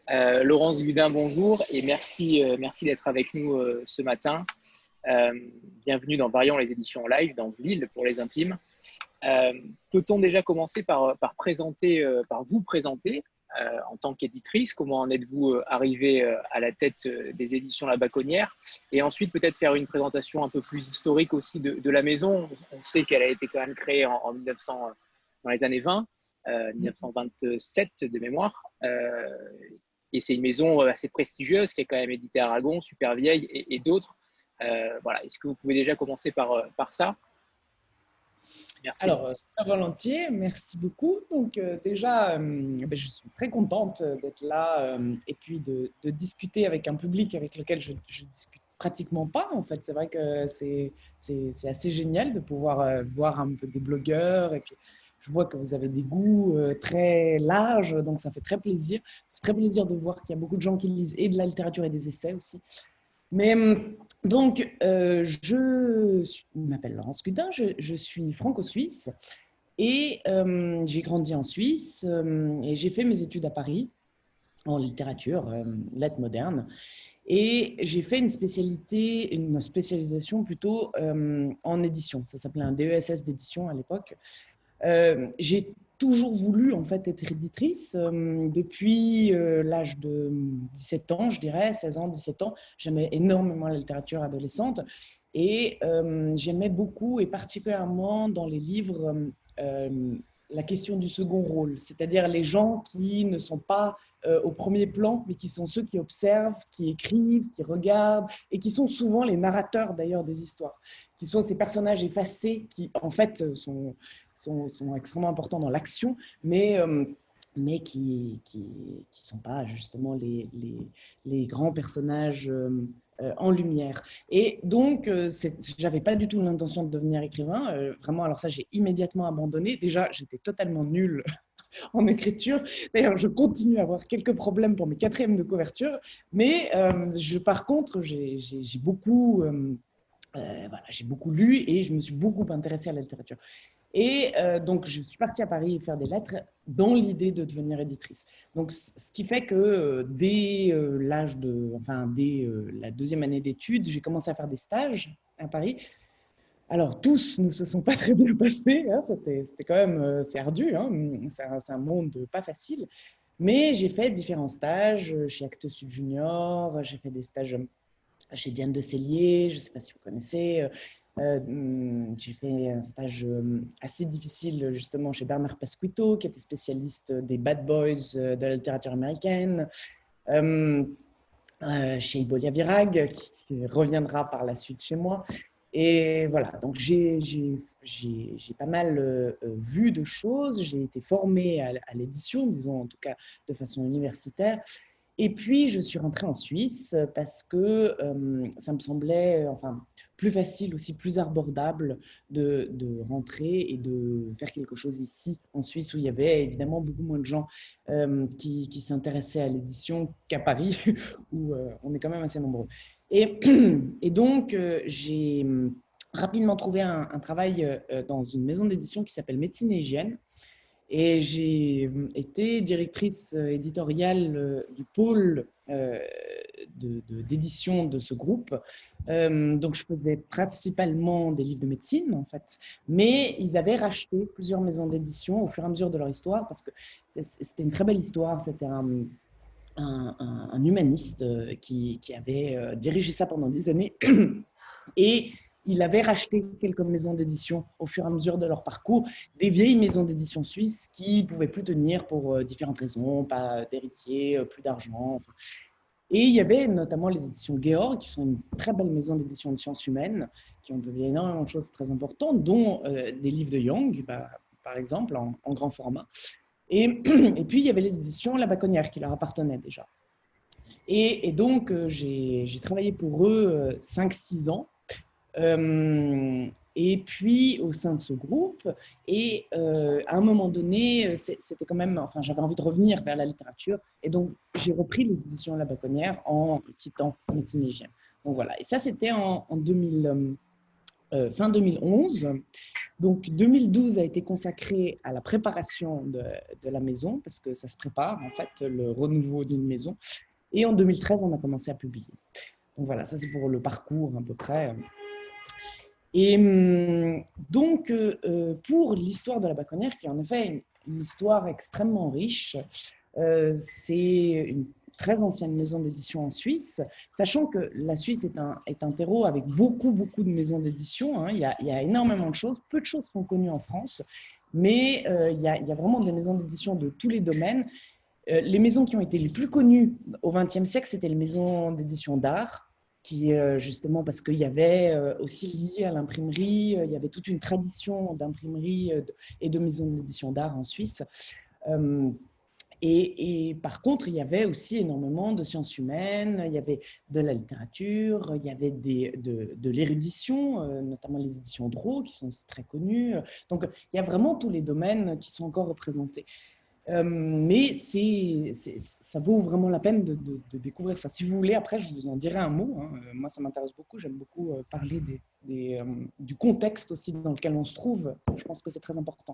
Laurence Gudin, bonjour et merci d'être avec nous ce matin. Bienvenue dans Variant les éditions live dans Lille pour les intimes. Peut-on déjà commencer par vous présenter en tant qu'éditrice? Comment en êtes-vous arrivée à la tête des éditions La Baconnière? Et ensuite, peut-être faire une présentation un peu plus historique aussi de la maison. On sait qu'elle a été quand même créée en 1900, dans les années 20, 1927 de mémoire. Et c'est une maison assez prestigieuse qui est quand même édité Aragon, super vieille et d'autres. Voilà. Est-ce que vous pouvez déjà commencer par ça? Merci. Alors, très volontiers, merci beaucoup. Donc, déjà, je suis très contente d'être là et puis de discuter avec un public avec lequel je discute pratiquement pas. En fait, c'est vrai que c'est assez génial de pouvoir voir un peu des blogueurs. Et puis, je vois que vous avez des goûts très larges, donc ça fait très plaisir. Ça fait très plaisir de voir qu'il y a beaucoup de gens qui lisent et de la littérature et des essais aussi. Mais donc, je m'appelle Laurence Gudin, je suis franco-suisse et j'ai grandi en Suisse et j'ai fait mes études à Paris en littérature, lettres modernes. Et j'ai fait une spécialisation plutôt en édition. Ça s'appelait un DESS d'édition à l'époque. J'ai toujours voulu en fait être éditrice depuis l'âge de 17 ans, je dirais, 16 ans, 17 ans. J'aimais énormément la littérature adolescente et j'aimais beaucoup et particulièrement dans les livres la question du second rôle, c'est-à-dire les gens qui ne sont pas au premier plan, mais qui sont ceux qui observent, qui écrivent, qui regardent et qui sont souvent les narrateurs d'ailleurs des histoires, qui sont ces personnages effacés qui en fait sont extrêmement importants dans l'action, mais qui sont pas justement les grands personnages en lumière. Et donc, j'avais pas du tout l'intention de devenir écrivain. Vraiment, alors ça, j'ai immédiatement abandonné. Déjà, j'étais totalement nulle en écriture. D'ailleurs, je continue à avoir quelques problèmes pour mes quatrièmes de couverture. Mais par contre, j'ai beaucoup... voilà, j'ai beaucoup lu et je me suis beaucoup intéressée à la littérature. Et donc, je suis partie à Paris faire des lettres dans l'idée de devenir éditrice. Donc, ce qui fait que dès dès la deuxième année d'études, j'ai commencé à faire des stages à Paris. Alors, tous ne se sont pas très bien passés. Hein, c'était quand même, c'est ardu. Hein, c'est un monde pas facile. Mais j'ai fait différents stages chez Actes Sud Junior. J'ai fait des stages chez Diane de Cellier, je ne sais pas si vous connaissez. J'ai fait un stage assez difficile justement chez Bernard Pasquito, qui était spécialiste des bad boys de la littérature américaine. Chez Hippolyte Virag, qui reviendra par la suite chez moi. Et voilà, donc j'ai pas mal vu de choses. J'ai été formée à l'édition, disons en tout cas de façon universitaire. Et puis, je suis rentrée en Suisse parce que ça me semblait plus facile, aussi plus abordable de rentrer et de faire quelque chose ici, en Suisse, où il y avait évidemment beaucoup moins de gens qui s'intéressaient à l'édition qu'à Paris, où on est quand même assez nombreux. Et, et donc, j'ai rapidement trouvé un travail dans une maison d'édition qui s'appelle Médecine et Hygiène. Et j'ai été directrice éditoriale du pôle d'édition de ce groupe. Donc, je faisais principalement des livres de médecine, en fait. Mais ils avaient racheté plusieurs maisons d'édition au fur et à mesure de leur histoire parce que c'était une très belle histoire. C'était un humaniste qui avait dirigé ça pendant des années. Et il avait racheté quelques maisons d'édition au fur et à mesure de leur parcours, des vieilles maisons d'édition suisses qui ne pouvaient plus tenir pour différentes raisons, pas d'héritiers, plus d'argent. Enfin. Et il y avait notamment les éditions Georg, qui sont une très belle maison d'édition de sciences humaines, qui ont publié énormément de choses très importantes, dont des livres de Young, par exemple, en grand format. Et puis, il y avait les éditions La Baconnière, qui leur appartenaient déjà. Et donc, j'ai travaillé pour eux 5-6 ans. Et puis au sein de ce groupe, et à un moment donné, c'était quand même, j'avais envie de revenir vers la littérature, et donc j'ai repris les éditions La Baconnière en quittant Médecine et Hygiène. Donc voilà, et ça c'était en 2000, fin 2011. Donc 2012 a été consacré à la préparation de la maison, parce que ça se prépare, en fait, le renouveau d'une maison. Et en 2013, on a commencé à publier. Donc voilà, ça c'est pour le parcours à peu près. Et donc, pour l'histoire de la Baconnière, qui est en effet une histoire extrêmement riche, c'est une très ancienne maison d'édition en Suisse, sachant que la Suisse est un terreau avec beaucoup, beaucoup de maisons d'édition. Hein. Il y a énormément de choses. Peu de choses sont connues en France, mais il y a vraiment des maisons d'édition de tous les domaines. Les maisons qui ont été les plus connues au XXe siècle, c'était les maisons d'édition d'art, qui, justement, parce qu'il y avait aussi lié à l'imprimerie, il y avait toute une tradition d'imprimerie et de maisons d'édition d'art en Suisse. Et par contre, il y avait aussi énormément de sciences humaines, il y avait de la littérature, il y avait de l'érudition, notamment les éditions Drault, qui sont aussi très connues. Donc, il y a vraiment tous les domaines qui sont encore représentés. Mais ça vaut vraiment la peine de découvrir ça. Si vous voulez, après, je vous en dirai un mot. Hein. Moi, ça m'intéresse beaucoup. J'aime beaucoup parler du contexte aussi dans lequel on se trouve. Je pense que c'est très important.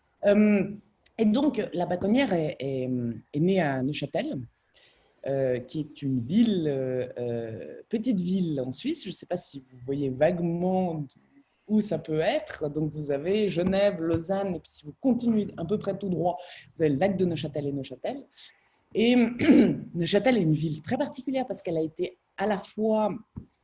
Et donc, la Baconnière est née à Neuchâtel, qui est une ville, petite ville en Suisse. Je ne sais pas si vous voyez vaguement où ça peut être. Donc, vous avez Genève, Lausanne, et puis si vous continuez à peu près tout droit, vous avez le lac de Neuchâtel et Neuchâtel. Et Neuchâtel est une ville très particulière parce qu'elle a été à la fois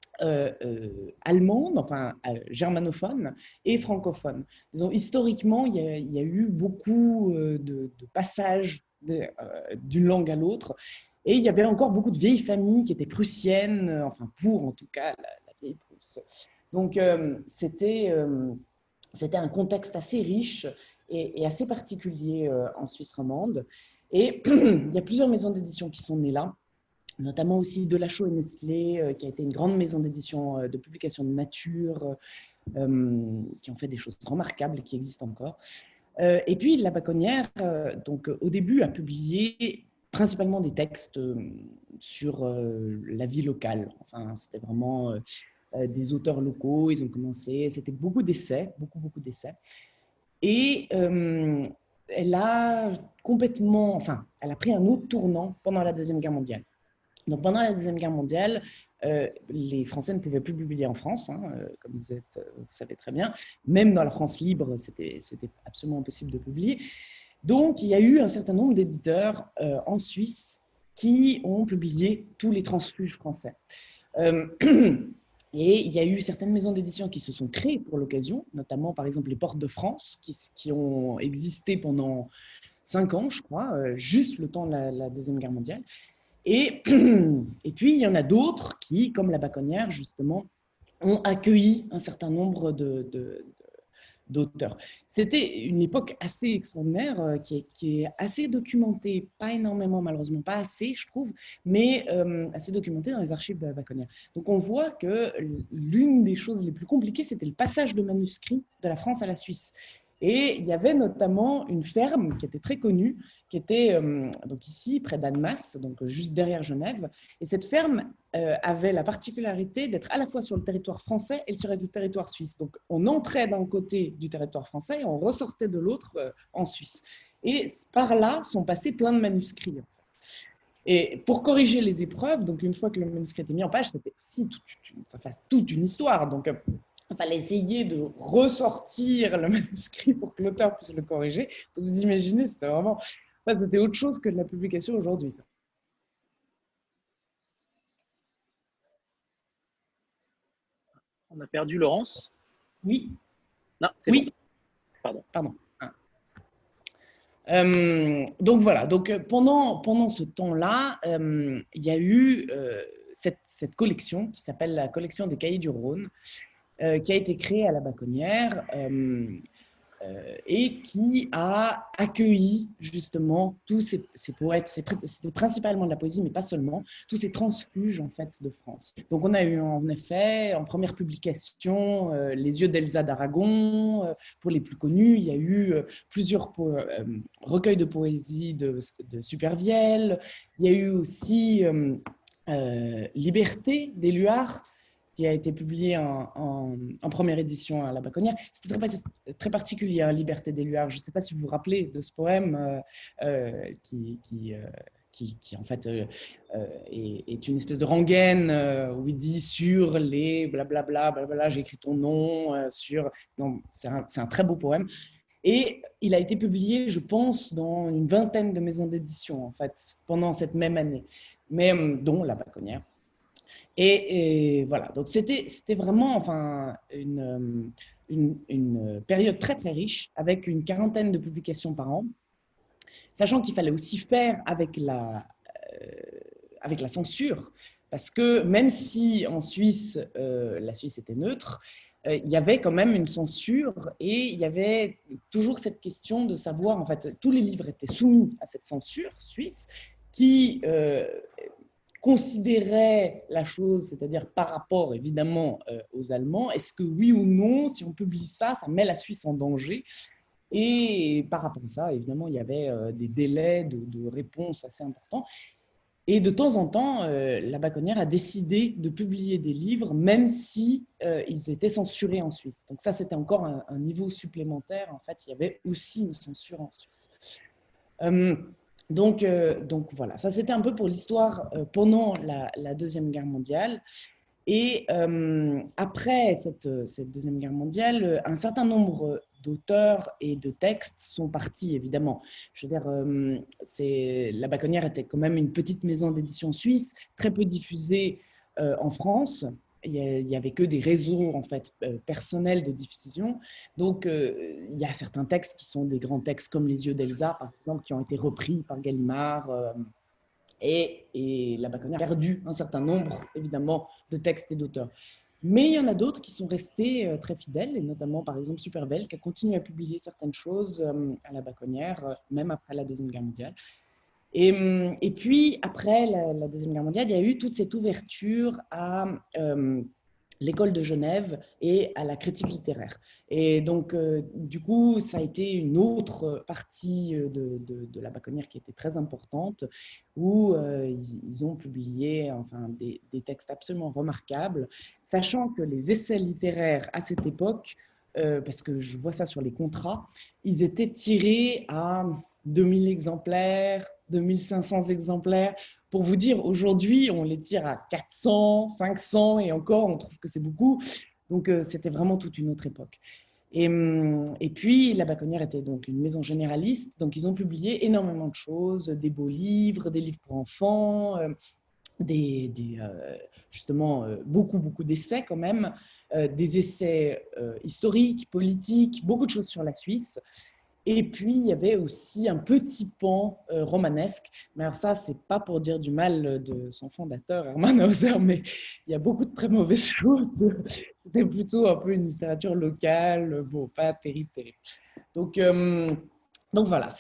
allemande, enfin germanophone, et francophone. Disons, historiquement, il y a eu beaucoup de passages d'une langue à l'autre. Et il y avait encore beaucoup de vieilles familles qui étaient prussiennes, enfin pour en tout cas la vieille Prusse. Donc c'était un contexte assez riche et assez particulier en Suisse romande. Et il y a plusieurs maisons d'édition qui sont nées là, notamment aussi Delachaux et Nestlé, qui a été une grande maison d'édition de publication de nature, qui ont fait des choses remarquables et qui existent encore. Et puis la Baconnière, donc au début, a publié principalement des textes sur la vie locale. Enfin, c'était vraiment des auteurs locaux. Ils ont commencé, c'était beaucoup d'essais, beaucoup d'essais. Et elle a elle a pris un autre tournant pendant la Deuxième Guerre mondiale. Donc pendant la Deuxième Guerre mondiale, les Français ne pouvaient plus publier en France, hein, comme vous savez très bien. Même dans la France libre, c'était absolument impossible de publier. Donc, il y a eu un certain nombre d'éditeurs en Suisse qui ont publié tous les transfuges français. Et il y a eu certaines maisons d'édition qui se sont créées pour l'occasion, notamment par exemple les Portes de France, qui ont existé pendant 5 ans, je crois, juste le temps de la Deuxième Guerre mondiale. Et puis, il y en a d'autres qui, comme la Baconnière, justement, ont accueilli un certain nombre d'auteurs. C'était une époque assez extraordinaire, qui est assez documentée, pas énormément, malheureusement, pas assez, je trouve, mais assez documentée dans les archives de la Baconnière. Donc, on voit que l'une des choses les plus compliquées, c'était le passage de manuscrits de la France à la Suisse. Et il y avait notamment une ferme qui était très connue, qui était donc ici, près d'Annemasse, donc juste derrière Genève. Et cette ferme avait la particularité d'être à la fois sur le territoire français et sur le territoire suisse. Donc, on entrait d'un côté du territoire français et on ressortait de l'autre en Suisse. Et par là sont passés plein de manuscrits. En fait. Et pour corriger les épreuves, donc une fois que le manuscrit était mis en page, c'était aussi toute une histoire. Donc, il fallait essayer de ressortir le manuscrit pour que l'auteur puisse le corriger. Donc, vous imaginez, c'était vraiment... Enfin, c'était autre chose que de la publication aujourd'hui. On a perdu Laurence. Oui. Non, c'est oui. Bon. Pardon. Donc voilà, donc pendant ce temps-là, il y a eu cette collection qui s'appelle la collection des Cahiers du Rhône, qui a été créée à la Baconnière et qui a accueilli justement tous ces poètes, c'était principalement de la poésie, mais pas seulement, tous ces transfuges en fait de France. Donc on a eu en effet en première publication Les yeux d'Elsa d'Aragon, pour les plus connus, il y a eu plusieurs recueils de poésie de Supervielle, il y a eu aussi Liberté d'Éluard, qui a été publié en première édition à La Baconnière. C'était très particulier, hein, Liberté des Luards. Je ne sais pas si vous vous rappelez de ce poème qui en fait est une espèce de rengaine où il dit sur les blablabla, blablabla, j'ai écrit ton nom, sur... C'est un très beau poème. Et il a été publié, je pense, dans une vingtaine de maisons d'édition, en fait, pendant cette même année, mais dont La Baconnière. Et voilà, donc c'était vraiment enfin, une période très, très riche, avec une quarantaine de publications par an, sachant qu'il fallait aussi faire avec la censure, parce que même si en Suisse, la Suisse était neutre, il y avait quand même une censure et il y avait toujours cette question de savoir, en fait, tous les livres étaient soumis à cette censure suisse qui considérait la chose, c'est-à-dire par rapport évidemment aux Allemands, est-ce que oui ou non, si on publie ça, ça met la Suisse en danger? Et par rapport à ça, évidemment, il y avait des délais de réponse assez importants. Et de temps en temps, La Baconnière a décidé de publier des livres, même si ils étaient censurés en Suisse. Donc ça, c'était encore un niveau supplémentaire. En fait, il y avait aussi une censure en Suisse. Donc voilà, ça c'était un peu pour l'histoire pendant la Deuxième Guerre mondiale. Et après cette Deuxième Guerre mondiale, un certain nombre d'auteurs et de textes sont partis, évidemment. Je veux dire, La Baconnière était quand même une petite maison d'édition suisse, très peu diffusée en France. Il n'y avait que des réseaux en fait, personnels de diffusion. Donc, il y a certains textes qui sont des grands textes comme Les Yeux d'Elsa, par exemple, qui ont été repris par Gallimard. Et La Baconnière a perdu un certain nombre, évidemment, de textes et d'auteurs. Mais il y en a d'autres qui sont restés très fidèles, et notamment, par exemple, Superbelle, qui a continué à publier certaines choses à La Baconnière, même après la Deuxième Guerre mondiale. Et puis, après la Deuxième Guerre mondiale, il y a eu toute cette ouverture à l'école de Genève et à la critique littéraire. Et donc, du coup, ça a été une autre partie de La Baconnière qui était très importante, où ils ont publié enfin, des textes absolument remarquables, sachant que les essais littéraires à cette époque, parce que je vois ça sur les contrats, ils étaient tirés à 2000 exemplaires, 2500 exemplaires. Pour vous dire, aujourd'hui, on les tire à 400, 500 et encore, on trouve que c'est beaucoup. Donc, c'était vraiment toute une autre époque. Et puis, La Baconnière était donc une maison généraliste. Donc, ils ont publié énormément de choses, des beaux livres, des livres pour enfants, justement beaucoup d'essais quand même, des essais historiques, politiques, beaucoup de choses sur la Suisse. Et puis, il y avait aussi un petit pan romanesque. Mais alors ça, c'est pas pour dire du mal de son fondateur, Hermann Hauser, mais il y a beaucoup de très mauvaises choses. C'était plutôt un peu une littérature locale, bon, pas terrible. Donc voilà,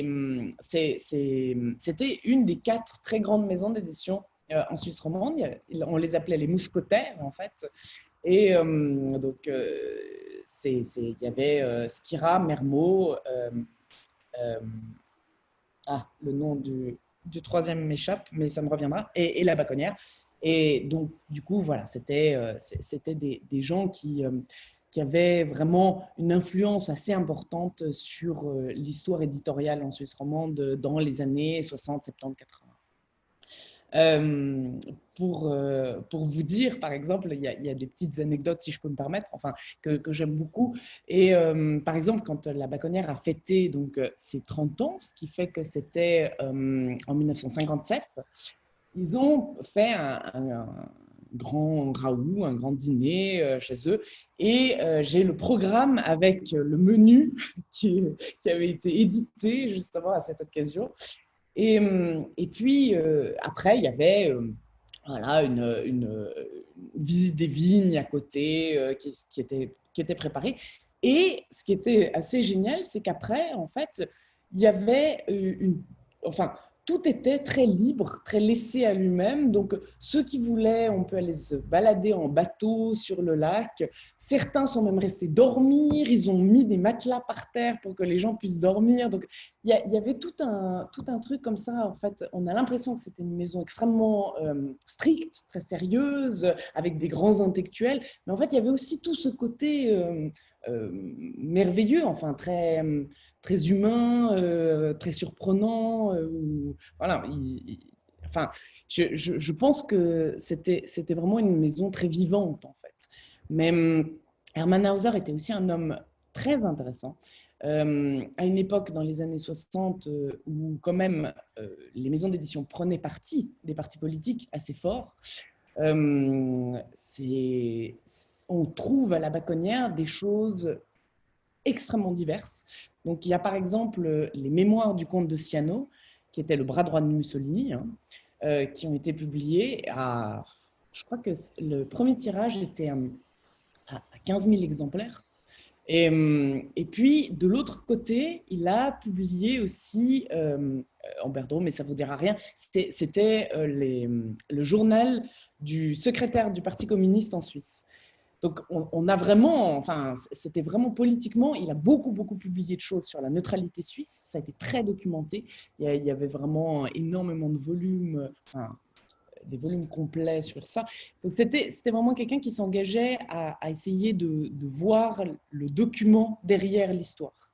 c'était une des 4 très grandes maisons d'édition en Suisse romande. On les appelait les mousquetaires, en fait. Et donc, il y avait Skira, Mermot, le nom du troisième m'échappe, mais ça me reviendra, et La Baconnière. Et donc, du coup, voilà, c'était des gens qui avaient vraiment une influence assez importante sur l'histoire éditoriale en Suisse romande dans les années 60, 70, 80. Pour vous dire, par exemple, il y a des petites anecdotes, si je peux me permettre, enfin, que j'aime beaucoup. Et par exemple, quand La Baconnière a fêté donc, ses 30 ans, ce qui fait que c'était en 1957, ils ont fait un grand raout, un grand dîner chez eux. Et j'ai le programme avec le menu qui avait été édité justement à cette occasion. Et puis, après, il y avait voilà, une visite des vignes à côté qui était préparée. Et ce qui était assez génial, c'est qu'après, en fait, il y avait enfin, tout était très libre, très laissé à lui-même. Donc, ceux qui voulaient, on peut aller se balader en bateau sur le lac. Certains sont même restés dormir. Ils ont mis des matelas par terre pour que les gens puissent dormir. Donc, il y avait tout un truc comme ça. En fait, on a l'impression que c'était une maison extrêmement stricte, très sérieuse, avec des grands intellectuels. Mais en fait, il y avait aussi tout ce côté merveilleux, enfin, très humain, très surprenant. Voilà, enfin, je pense que c'était vraiment une maison très vivante, en fait. Mais Hermann Hauser était aussi un homme très intéressant. À une époque, dans les années 60, où quand même les maisons d'édition prenaient parti des partis politiques assez forts, on trouve à la Baconnière des choses extrêmement diverses. Donc, il y a par exemple les mémoires du comte de Ciano, qui était le bras droit de Mussolini, hein, qui ont été publiés je crois que le premier tirage était à 15 000 exemplaires. Et puis, de l'autre côté, il a publié aussi, en Berdo, mais ça ne vous dira rien, c'était le journal du secrétaire du Parti communiste en Suisse. Donc, on a vraiment, enfin, c'était vraiment politiquement, il a beaucoup publié de choses sur la neutralité suisse. Ça a été très documenté. Il y avait vraiment énormément de volumes, enfin, des volumes complets sur ça. Donc, c'était vraiment quelqu'un qui s'engageait à essayer de voir le document derrière l'histoire.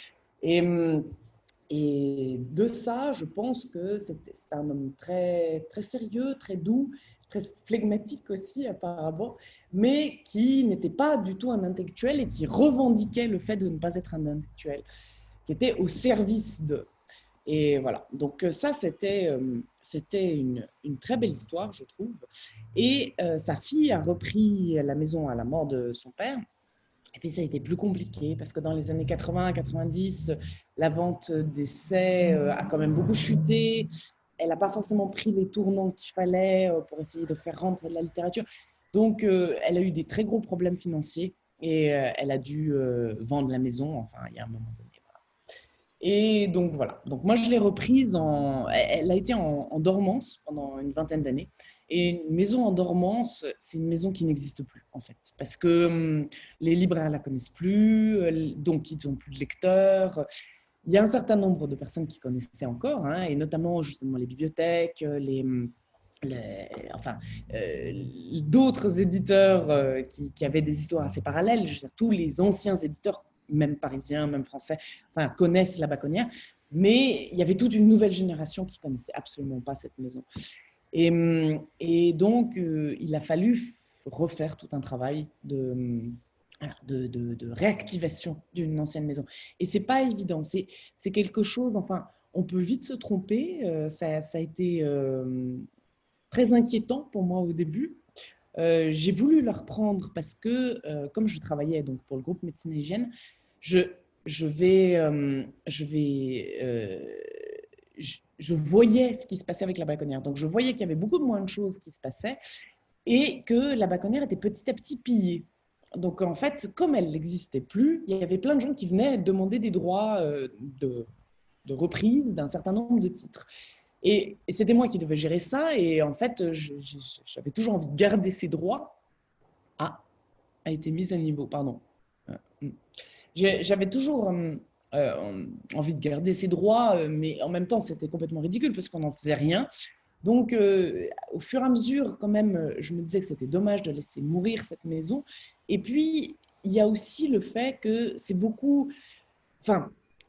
Et de ça, je pense que c'était un homme très sérieux, très doux, très flegmatique aussi apparemment, mais qui n'était pas du tout un intellectuel et qui revendiquait le fait de ne pas être un intellectuel, qui était au service de. Et voilà, donc ça, c'était une très belle histoire, je trouve. Et sa fille a repris la maison à la mort de son père. Et puis ça a été plus compliqué parce que dans les années 80-90, la vente d'essais a quand même beaucoup chuté. Elle n'a pas forcément pris les tournants qu'il fallait pour essayer de faire rentrer de la littérature. Donc, elle a eu des très gros problèmes financiers et elle a dû vendre la maison, enfin, il y a un moment donné. Voilà. Et donc, voilà. Donc, moi, je l'ai reprise Elle a été en dormance pendant une vingtaine d'années. Et une maison en dormance, c'est une maison qui n'existe plus, en fait. Parce que les libraires ne la connaissent plus, donc ils n'ont plus de lecteurs. Il y a un certain nombre de personnes qui connaissaient encore, hein, et notamment justement les bibliothèques, enfin, d'autres éditeurs qui avaient des histoires assez parallèles. Je veux dire, tous les anciens éditeurs, même parisiens, même français, enfin, connaissent la Baconnière. Mais il y avait toute une nouvelle génération qui ne connaissait absolument pas cette maison. Et donc, il a fallu refaire tout un travail de réactivation d'une ancienne maison. Et ce n'est pas évident. C'est quelque chose, enfin, on peut vite se tromper. Ça a été très inquiétant pour moi au début. J'ai voulu la reprendre parce que, comme je travaillais donc, pour le groupe Médecine et Hygiène, je voyais ce qui se passait avec la Baconnière. Donc, je voyais qu'il y avait beaucoup de moins de choses qui se passaient et que la Baconnière était petit à petit pillée. Donc, en fait, comme elle n'existait plus, il y avait plein de gens qui venaient demander des droits de reprise d'un certain nombre de titres. Et c'était moi qui devais gérer ça. Et en fait, j'avais toujours envie de garder ces droits. Ah, a été mise à niveau, pardon. J'avais toujours envie de garder ces droits, mais en même temps, c'était complètement ridicule parce qu'on n'en faisait rien. Donc, au fur et à mesure, quand même, je me disais que c'était dommage de laisser mourir cette maison. Et puis, il y a aussi le fait que c'est beaucoup... Enfin,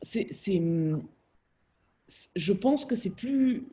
je pense que c'est plus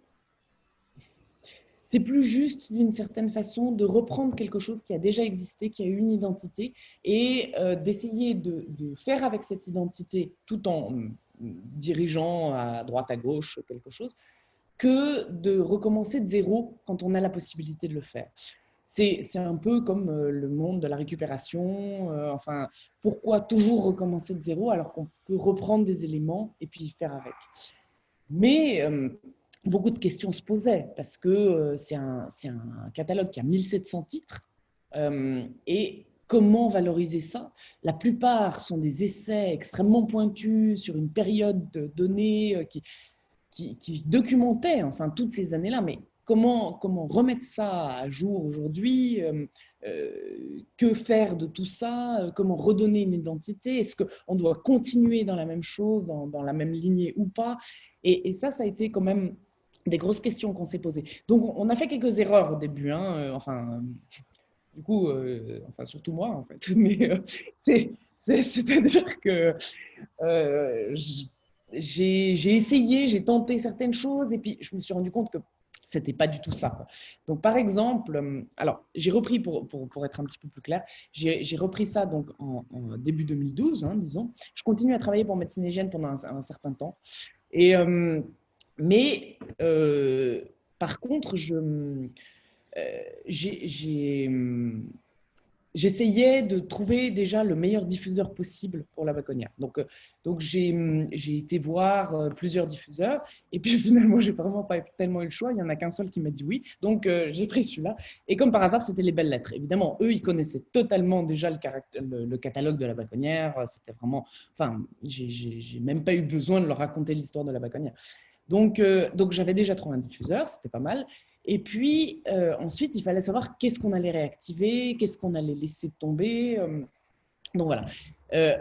juste d'une certaine façon de reprendre quelque chose qui a déjà existé, qui a une identité, et d'essayer de faire avec cette identité, tout en dirigeant à droite, à gauche quelque chose, que de recommencer de zéro quand on a la possibilité de le faire. C'est un peu comme le monde de la récupération. Enfin, pourquoi toujours recommencer de zéro alors qu'on peut reprendre des éléments et puis faire avec. Mais beaucoup de questions se posaient parce que c'est un catalogue qui a 1700 titres et comment valoriser ça? La plupart sont des essais extrêmement pointus sur une période donnée qui documentait enfin toutes ces années-là, mais comment remettre ça à jour aujourd'hui, que faire de tout ça, comment redonner une identité, est-ce qu'on doit continuer dans la même chose, dans la même lignée ou pas, et ça a été quand même des grosses questions qu'on s'est posées. Donc on a fait quelques erreurs au début, hein, enfin du coup, enfin surtout moi en fait, mais c'est-à-dire que euh, j'ai essayé, j'ai tenté certaines choses et puis je me suis rendu compte que c'était pas du tout ça, quoi. Donc par exemple, alors j'ai repris pour être un petit peu plus clair, j'ai repris ça donc en début 2012, hein, disons. Je continue à travailler pour Médecine Hygiène pendant un certain temps. Et, mais par contre, j'ai j'essayais de trouver déjà le meilleur diffuseur possible pour la Baconnière. Donc j'ai été voir plusieurs diffuseurs et puis finalement, j'ai vraiment pas tellement eu le choix. Il n'y en a qu'un seul qui m'a dit oui. Donc j'ai pris celui-là. Et comme par hasard, c'était les Belles Lettres. Évidemment, eux, ils connaissaient totalement déjà le catalogue de la Baconnière. C'était vraiment. Enfin, j'ai même pas eu besoin de leur raconter l'histoire de la Baconnière. Donc j'avais déjà trouvé un diffuseur, c'était pas mal. Et puis ensuite, il fallait savoir qu'est-ce qu'on allait réactiver, qu'est-ce qu'on allait laisser tomber. Donc voilà. Euh,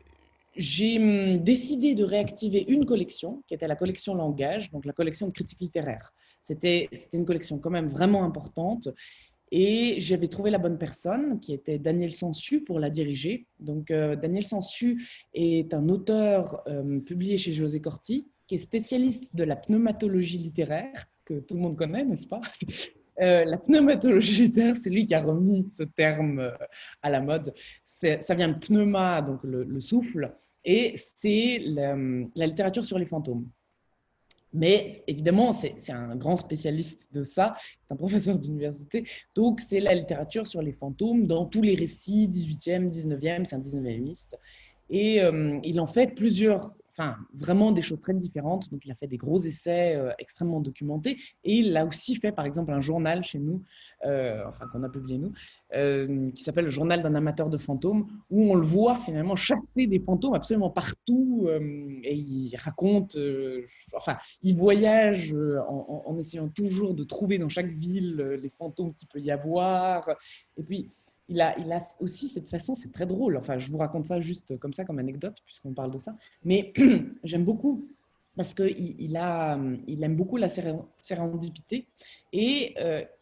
j'ai décidé de réactiver une collection, qui était la collection Langage, donc la collection de critiques littéraires. C'était une collection quand même vraiment importante. Et j'avais trouvé la bonne personne, qui était Daniel Sansu, pour la diriger. Donc, Daniel Sansu est un auteur publié chez José Corti, qui est spécialiste de la pneumatologie littéraire, que tout le monde connaît, n'est-ce pas? La pneumatologie littéraire, c'est lui qui a remis ce terme à la mode. Ça vient de pneuma, donc le souffle, et c'est la littérature sur les fantômes. Mais évidemment, c'est un grand spécialiste de ça, c'est un professeur d'université. Donc, c'est la littérature sur les fantômes dans tous les récits, 18e, 19e, c'est un 19e. Et il en fait plusieurs, enfin, vraiment des choses très différentes. Donc, il a fait des gros essais extrêmement documentés. Et il a aussi fait, par exemple, un journal chez nous, enfin, qu'on a publié nous, qui s'appelle le Journal d'un amateur de fantômes, où on le voit finalement chasser des fantômes absolument partout. Et il raconte, enfin, il voyage en essayant toujours de trouver dans chaque ville les fantômes qu'il peut y avoir. Et puis, il a aussi cette façon, c'est très drôle. Enfin, je vous raconte ça juste comme ça, comme anecdote, puisqu'on parle de ça. Mais j'aime beaucoup parce qu'il aime beaucoup la sérendipité et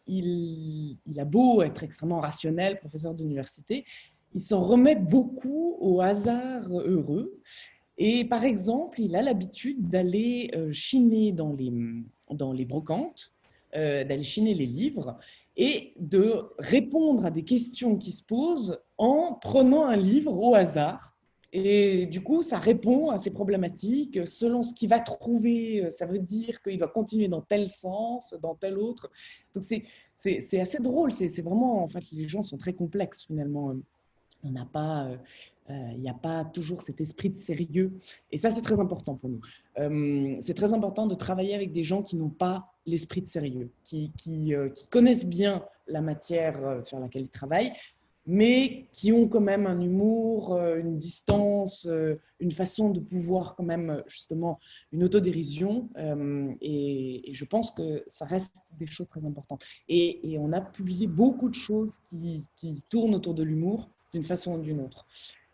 il a beau être extrêmement rationnel, professeur d'université, il s'en remet beaucoup au hasard heureux. Et par exemple, il a l'habitude d'aller chiner dans les brocantes, d'aller chiner les livres et de répondre à des questions qui se posent en prenant un livre au hasard. Et du coup, ça répond à ces problématiques. Selon ce qu'il va trouver, ça veut dire qu'il doit continuer dans tel sens, dans tel autre. Donc, c'est assez drôle. C'est vraiment, en fait, les gens sont très complexes finalement. On n'a pas, il n'y a pas toujours cet esprit de sérieux. Et ça, c'est très important pour nous. C'est très important de travailler avec des gens qui n'ont pas l'esprit de sérieux, qui connaissent bien la matière sur laquelle ils travaillent, mais qui ont quand même un humour, une distance, une façon de pouvoir quand même, justement, une autodérision. Et je pense que ça reste des choses très importantes. Et on a publié beaucoup de choses qui tournent autour de l'humour d'une façon ou d'une autre.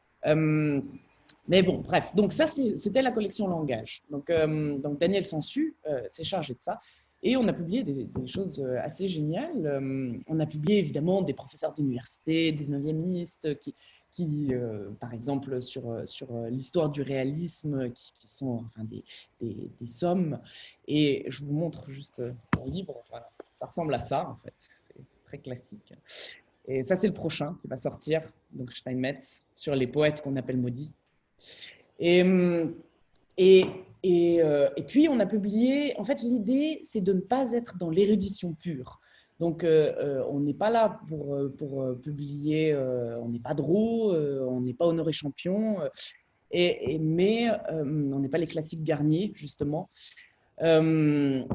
Mais bon, bref. Donc ça, c'était la collection Langage. Donc Daniel Sansu s'est chargé de ça. Et on a publié des choses assez géniales. On a publié évidemment des professeurs d'université, 19e par exemple, sur l'histoire du réalisme, qui sont enfin, des sommes. Et je vous montre juste mon livre. Voilà. Ça ressemble à ça, en fait. C'est très classique. Et ça, c'est le prochain qui va sortir, donc Steinmetz, sur les poètes qu'on appelle maudits. Et, et, et puis, on a publié, en fait, l'idée, c'est de ne pas être dans l'érudition pure. Donc, on n'est pas là pour publier, on n'est pas Drault, on n'est pas Honoré Champion, mais on n'est pas les classiques Garnier, justement.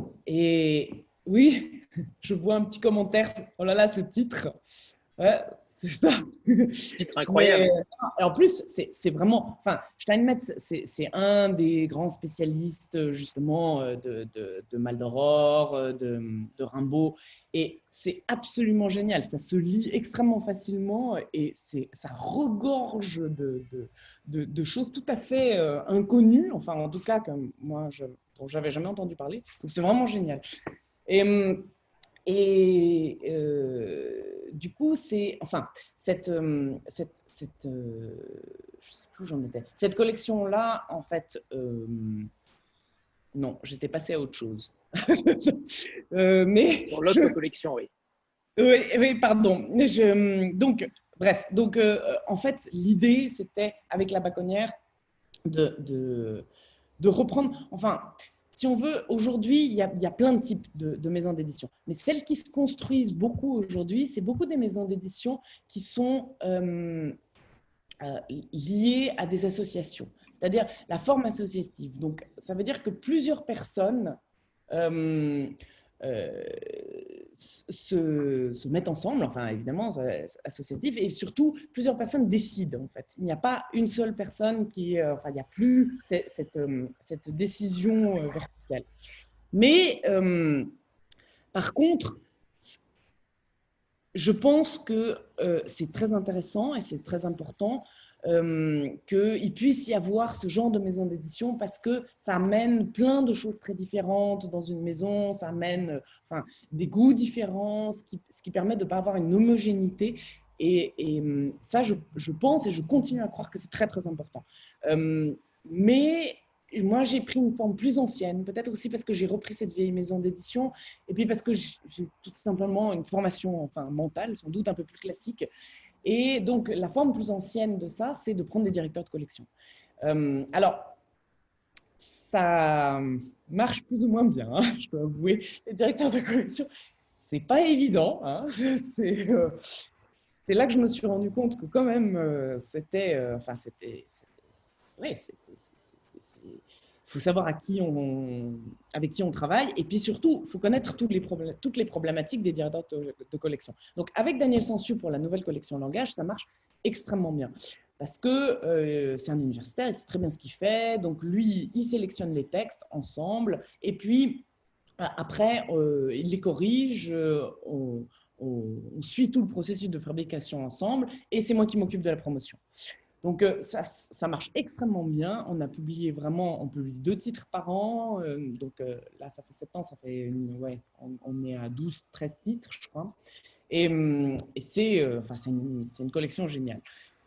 Et oui, je vois un petit commentaire, oh là là, ce titre. Ouais, c'est ça. Titre incroyable. Mais en plus, c'est vraiment. Enfin, Steinmetz, c'est un des grands spécialistes justement de Maldoror, de Rimbaud. Et c'est absolument génial. Ça se lit extrêmement facilement et ça regorge de choses tout à fait inconnues. Enfin, en tout cas, comme moi, dont j'avais jamais entendu parler. Donc, c'est vraiment génial. Et, du coup, c'est, enfin, je sais plus où j'en étais. Cette collection-là, en fait, non, j'étais passée à autre chose. Mais Sur l'autre collection, oui. oui, oui, pardon. Donc, bref, donc en fait, l'idée, c'était avec la Baconnière de reprendre. Enfin, si on veut, aujourd'hui, il y a plein de types de maisons d'édition. Mais celles qui se construisent beaucoup aujourd'hui, c'est beaucoup des maisons d'édition qui sont liées à des associations, c'est-à-dire la forme associative. Donc, ça veut dire que plusieurs personnes euh, se mettent ensemble, enfin évidemment associative, et surtout plusieurs personnes décident en fait. Il n'y a pas une seule personne qui, enfin il n'y a plus cette décision verticale. Mais par contre, je pense que c'est très intéressant et c'est très important qu'il puisse y avoir ce genre de maison d'édition parce que ça amène plein de choses très différentes dans une maison, ça amène enfin, des goûts différents, ce qui permet de ne pas avoir une homogénéité. Et ça, je pense et je continue à croire que c'est très, très important. Mais moi, j'ai pris une forme plus ancienne, peut-être aussi parce que j'ai repris cette vieille maison d'édition et puis parce que j'ai tout simplement une formation enfin, mentale, sans doute un peu plus classique. Et donc, la forme plus ancienne de ça, c'est de prendre des directeurs de collection. Alors, ça marche plus ou moins bien, hein, je dois avouer. Les directeurs de collection, c'est pas évident. Hein, c'est là que je me suis rendu compte que quand même, enfin, ouais, faut savoir avec qui on travaille. Et puis surtout, il faut connaître toutes les problématiques des directeurs de collection. Donc, avec Daniel Sansu pour la nouvelle collection langage, ça marche extrêmement bien. Parce que c'est un universitaire, il sait très bien ce qu'il fait. Donc, lui, il sélectionne les textes ensemble. Et puis, après, il les corrige. On suit tout le processus de fabrication ensemble. Et c'est moi qui m'occupe de la promotion. Donc, ça marche extrêmement bien. On a publié vraiment, on publie 2 titres par an. Donc, là, ça fait 7 ans, ça fait ouais, on est à 12, 13 titres, je crois. Et c'est une collection géniale.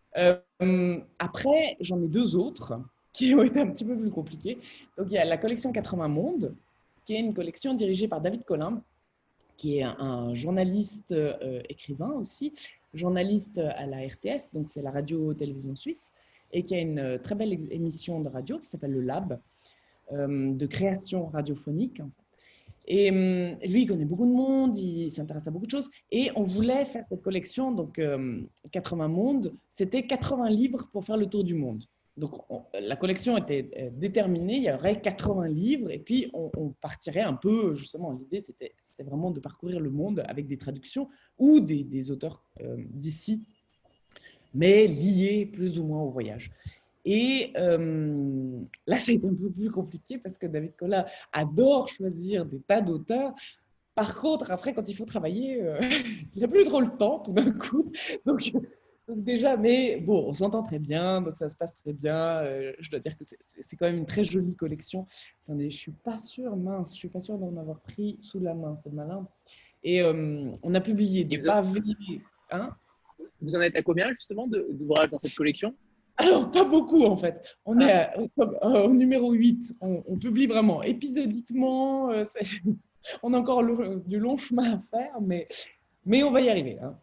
Après, j'en ai 2 autres qui ont été un petit peu plus compliqués. Donc, il y a la collection 80 Mondes, qui est une collection dirigée par David Collin, qui est un journaliste écrivain aussi, journaliste à la RTS, donc c'est la radio-télévision suisse, et qui a une très belle émission de radio qui s'appelle Le Lab, de création radiophonique. Et lui, il connaît beaucoup de monde, il s'intéresse à beaucoup de choses. Et on voulait faire cette collection, donc 80 mondes, c'était 80 livres pour faire le tour du monde. Donc la collection était déterminée, il y aurait 80 livres, et puis on partirait un peu, justement, l'idée c'était vraiment de parcourir le monde avec des traductions ou des auteurs d'ici, mais liés plus ou moins au voyage. Et là, ça a été un peu plus compliqué parce que David Collin adore choisir des tas d'auteurs. Par contre, après, quand il faut travailler, il n'a plus trop le temps tout d'un coup. Donc déjà, mais bon, on s'entend très bien, donc ça se passe très bien. Je dois dire que c'est quand même une très jolie collection. Attendez, je ne suis pas sûre, mince, je ne suis pas sûre d'en avoir pris sous la main, c'est malin. Et on a publié des pavés. Hein, vous en êtes à combien justement d'ouvrages dans cette collection? alors, pas beaucoup en fait. On est au numéro 8. On publie vraiment épisodiquement. On a encore du long chemin à faire, mais on va y arriver. Hein.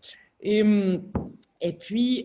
Et puis,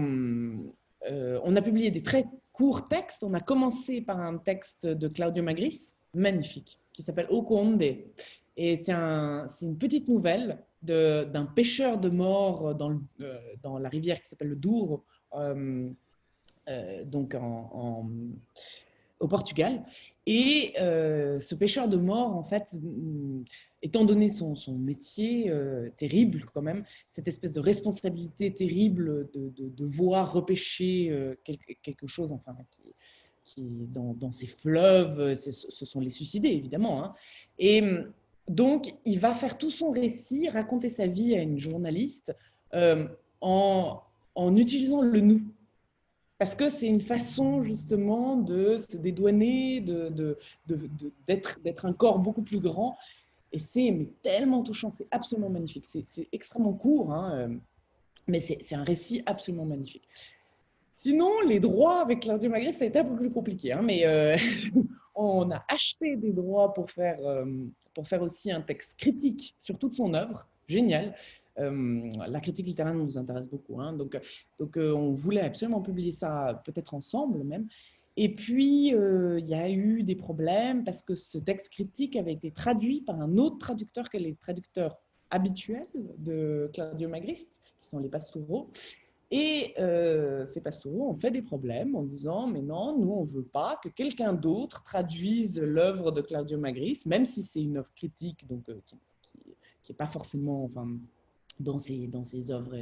on a publié des très courts textes. On a commencé par un texte de Claudio Magris, magnifique, qui s'appelle O Conde. Et c'est une petite nouvelle d'un pêcheur de mort dans la rivière qui s'appelle le Douro. Donc au Portugal. Et ce pêcheur de mort, en fait, étant donné son métier terrible quand même, cette espèce de responsabilité terrible de voir repêcher quelque chose, enfin, qui dans ces fleuves, ce sont les suicidés, évidemment. Hein. Et donc, il va faire tout son récit, raconter sa vie à une journaliste en, en utilisant le nous. Parce que c'est une façon justement de se dédouaner, d'être un corps beaucoup plus grand. Et c'est tellement touchant, c'est absolument magnifique. C'est extrêmement court, hein, mais c'est un récit absolument magnifique. Sinon, les droits avec Claudio Magris, ça a été un peu plus compliqué. Hein, mais on a acheté des droits pour faire aussi un texte critique sur toute son œuvre. Génial. La critique littéraire nous intéresse beaucoup. Hein, donc, on voulait absolument publier ça, peut-être ensemble même. Et puis, il y a eu des problèmes parce que ce texte critique avait été traduit par un autre traducteur que les traducteurs habituels de Claudio Magris, qui sont les pastoraux. Et ces pastoraux ont fait des problèmes en disant « Mais non, nous, on ne veut pas que quelqu'un d'autre traduise l'œuvre de Claudio Magris, même si c'est une œuvre critique, donc qui n'est pas forcément dans ses œuvres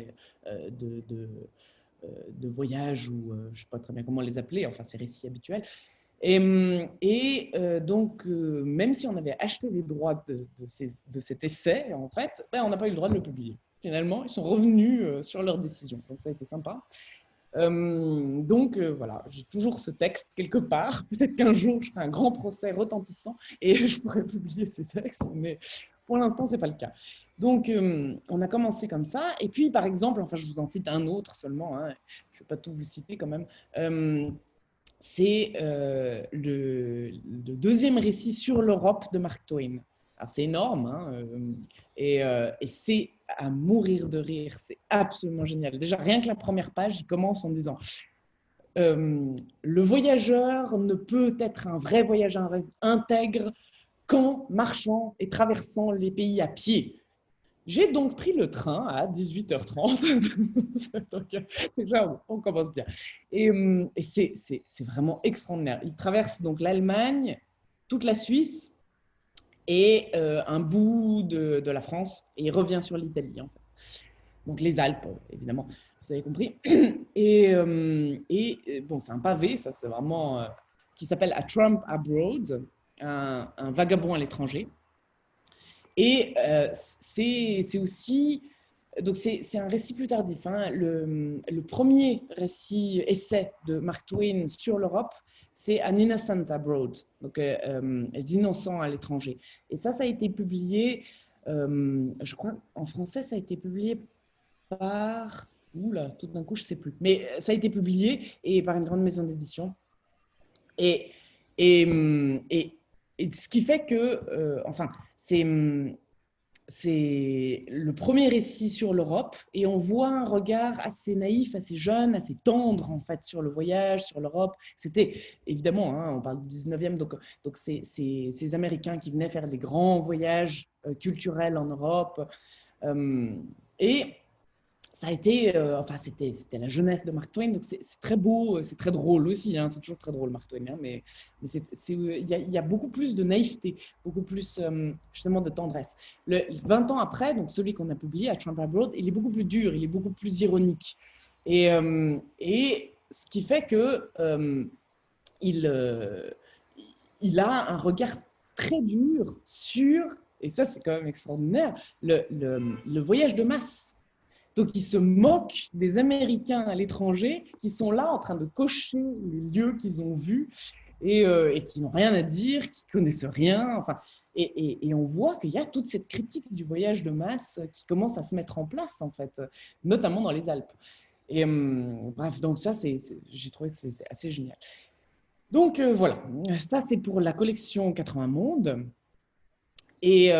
de voyage ou je ne sais pas très bien comment les appeler, enfin, ces récits habituels. Donc, même si on avait acheté les droits de cet essai, en fait, on n'a pas eu le droit de le publier. Finalement, ils sont revenus sur leur décision. Donc, ça a été sympa. Voilà, j'ai toujours ce texte quelque part. Peut-être qu'un jour, je ferai un grand procès retentissant et je pourrai publier ces textes, mais pour l'instant, ce n'est pas le cas. Donc, on a commencé comme ça. Et puis, par exemple, enfin, je vous en cite un autre seulement, hein, je ne vais pas tout vous citer quand même. C'est le deuxième récit sur l'Europe de Mark Twain. Alors, c'est énorme, hein, et c'est à mourir de rire, c'est absolument génial. Déjà, rien que la première page, il commence en disant le voyageur ne peut être un vrai voyageur intègre qu'en marchant et traversant les pays à pied. J'ai donc pris le train à 18h30. Donc, déjà, on commence bien. Et c'est vraiment extraordinaire. Il traverse donc l'Allemagne, toute la Suisse et un bout de la France. Et il revient sur l'Italie, en fait. Donc les Alpes, évidemment, vous avez compris. Et bon, c'est un pavé, ça c'est vraiment, qui s'appelle A Tramp Abroad, un vagabond à l'étranger. Et c'est aussi, donc c'est un récit plus tardif. Hein. Le premier récit, essai de Mark Twain sur l'Europe, c'est An Innocent Abroad, donc Les Innocents à l'étranger. Et ça a été publié, je crois, en français, ça a été publié par, oula, tout d'un coup, je ne sais plus, mais ça a été publié et par une grande maison d'édition. Et, et, et, et ce qui fait que, enfin, c'est le premier récit sur l'Europe et on voit un regard assez naïf, assez jeune, assez tendre en fait sur le voyage, sur l'Europe. C'était évidemment, hein, on parle du 19e, donc c'est ces Américains qui venaient faire des grands voyages culturels en Europe. Et ça a été, enfin, c'était la jeunesse de Mark Twain, donc c'est très beau, c'est très drôle aussi, hein, c'est toujours très drôle Mark Twain, hein, mais il y a beaucoup plus de naïveté, beaucoup plus justement de tendresse. 20 ans après, donc celui qu'on a publié, à Tramp Abroad, il est beaucoup plus dur, il est beaucoup plus ironique. Et ce qui fait que il a un regard très dur sur, et ça c'est quand même extraordinaire, le voyage de masse. Donc, ils se moquent des Américains à l'étranger qui sont là en train de cocher les lieux qu'ils ont vus et qui n'ont rien à dire, qui connaissent rien. Enfin, et on voit qu'il y a toute cette critique du voyage de masse qui commence à se mettre en place, en fait, notamment dans les Alpes. Et bref, donc ça, j'ai trouvé que c'était assez génial. Donc voilà, ça c'est pour la collection 80 Mondes. Et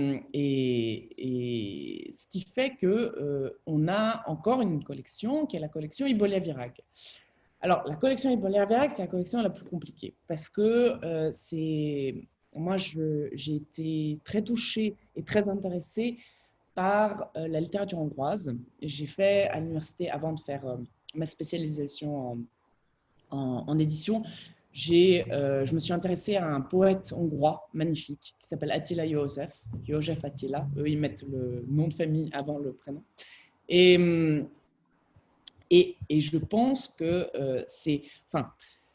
ce qui fait qu'on a encore une collection qui est la collection Hippolyte Virag. Alors, la collection Hippolyte Virag, c'est la collection la plus compliquée parce que moi, j'ai été très touchée et très intéressée par la littérature hongroise. J'ai fait à l'université, avant de faire ma spécialisation en édition, je me suis intéressée à un poète hongrois magnifique qui s'appelle Attila József, József Attila. Eux, ils mettent le nom de famille avant le prénom. Et, et je pense que enfin,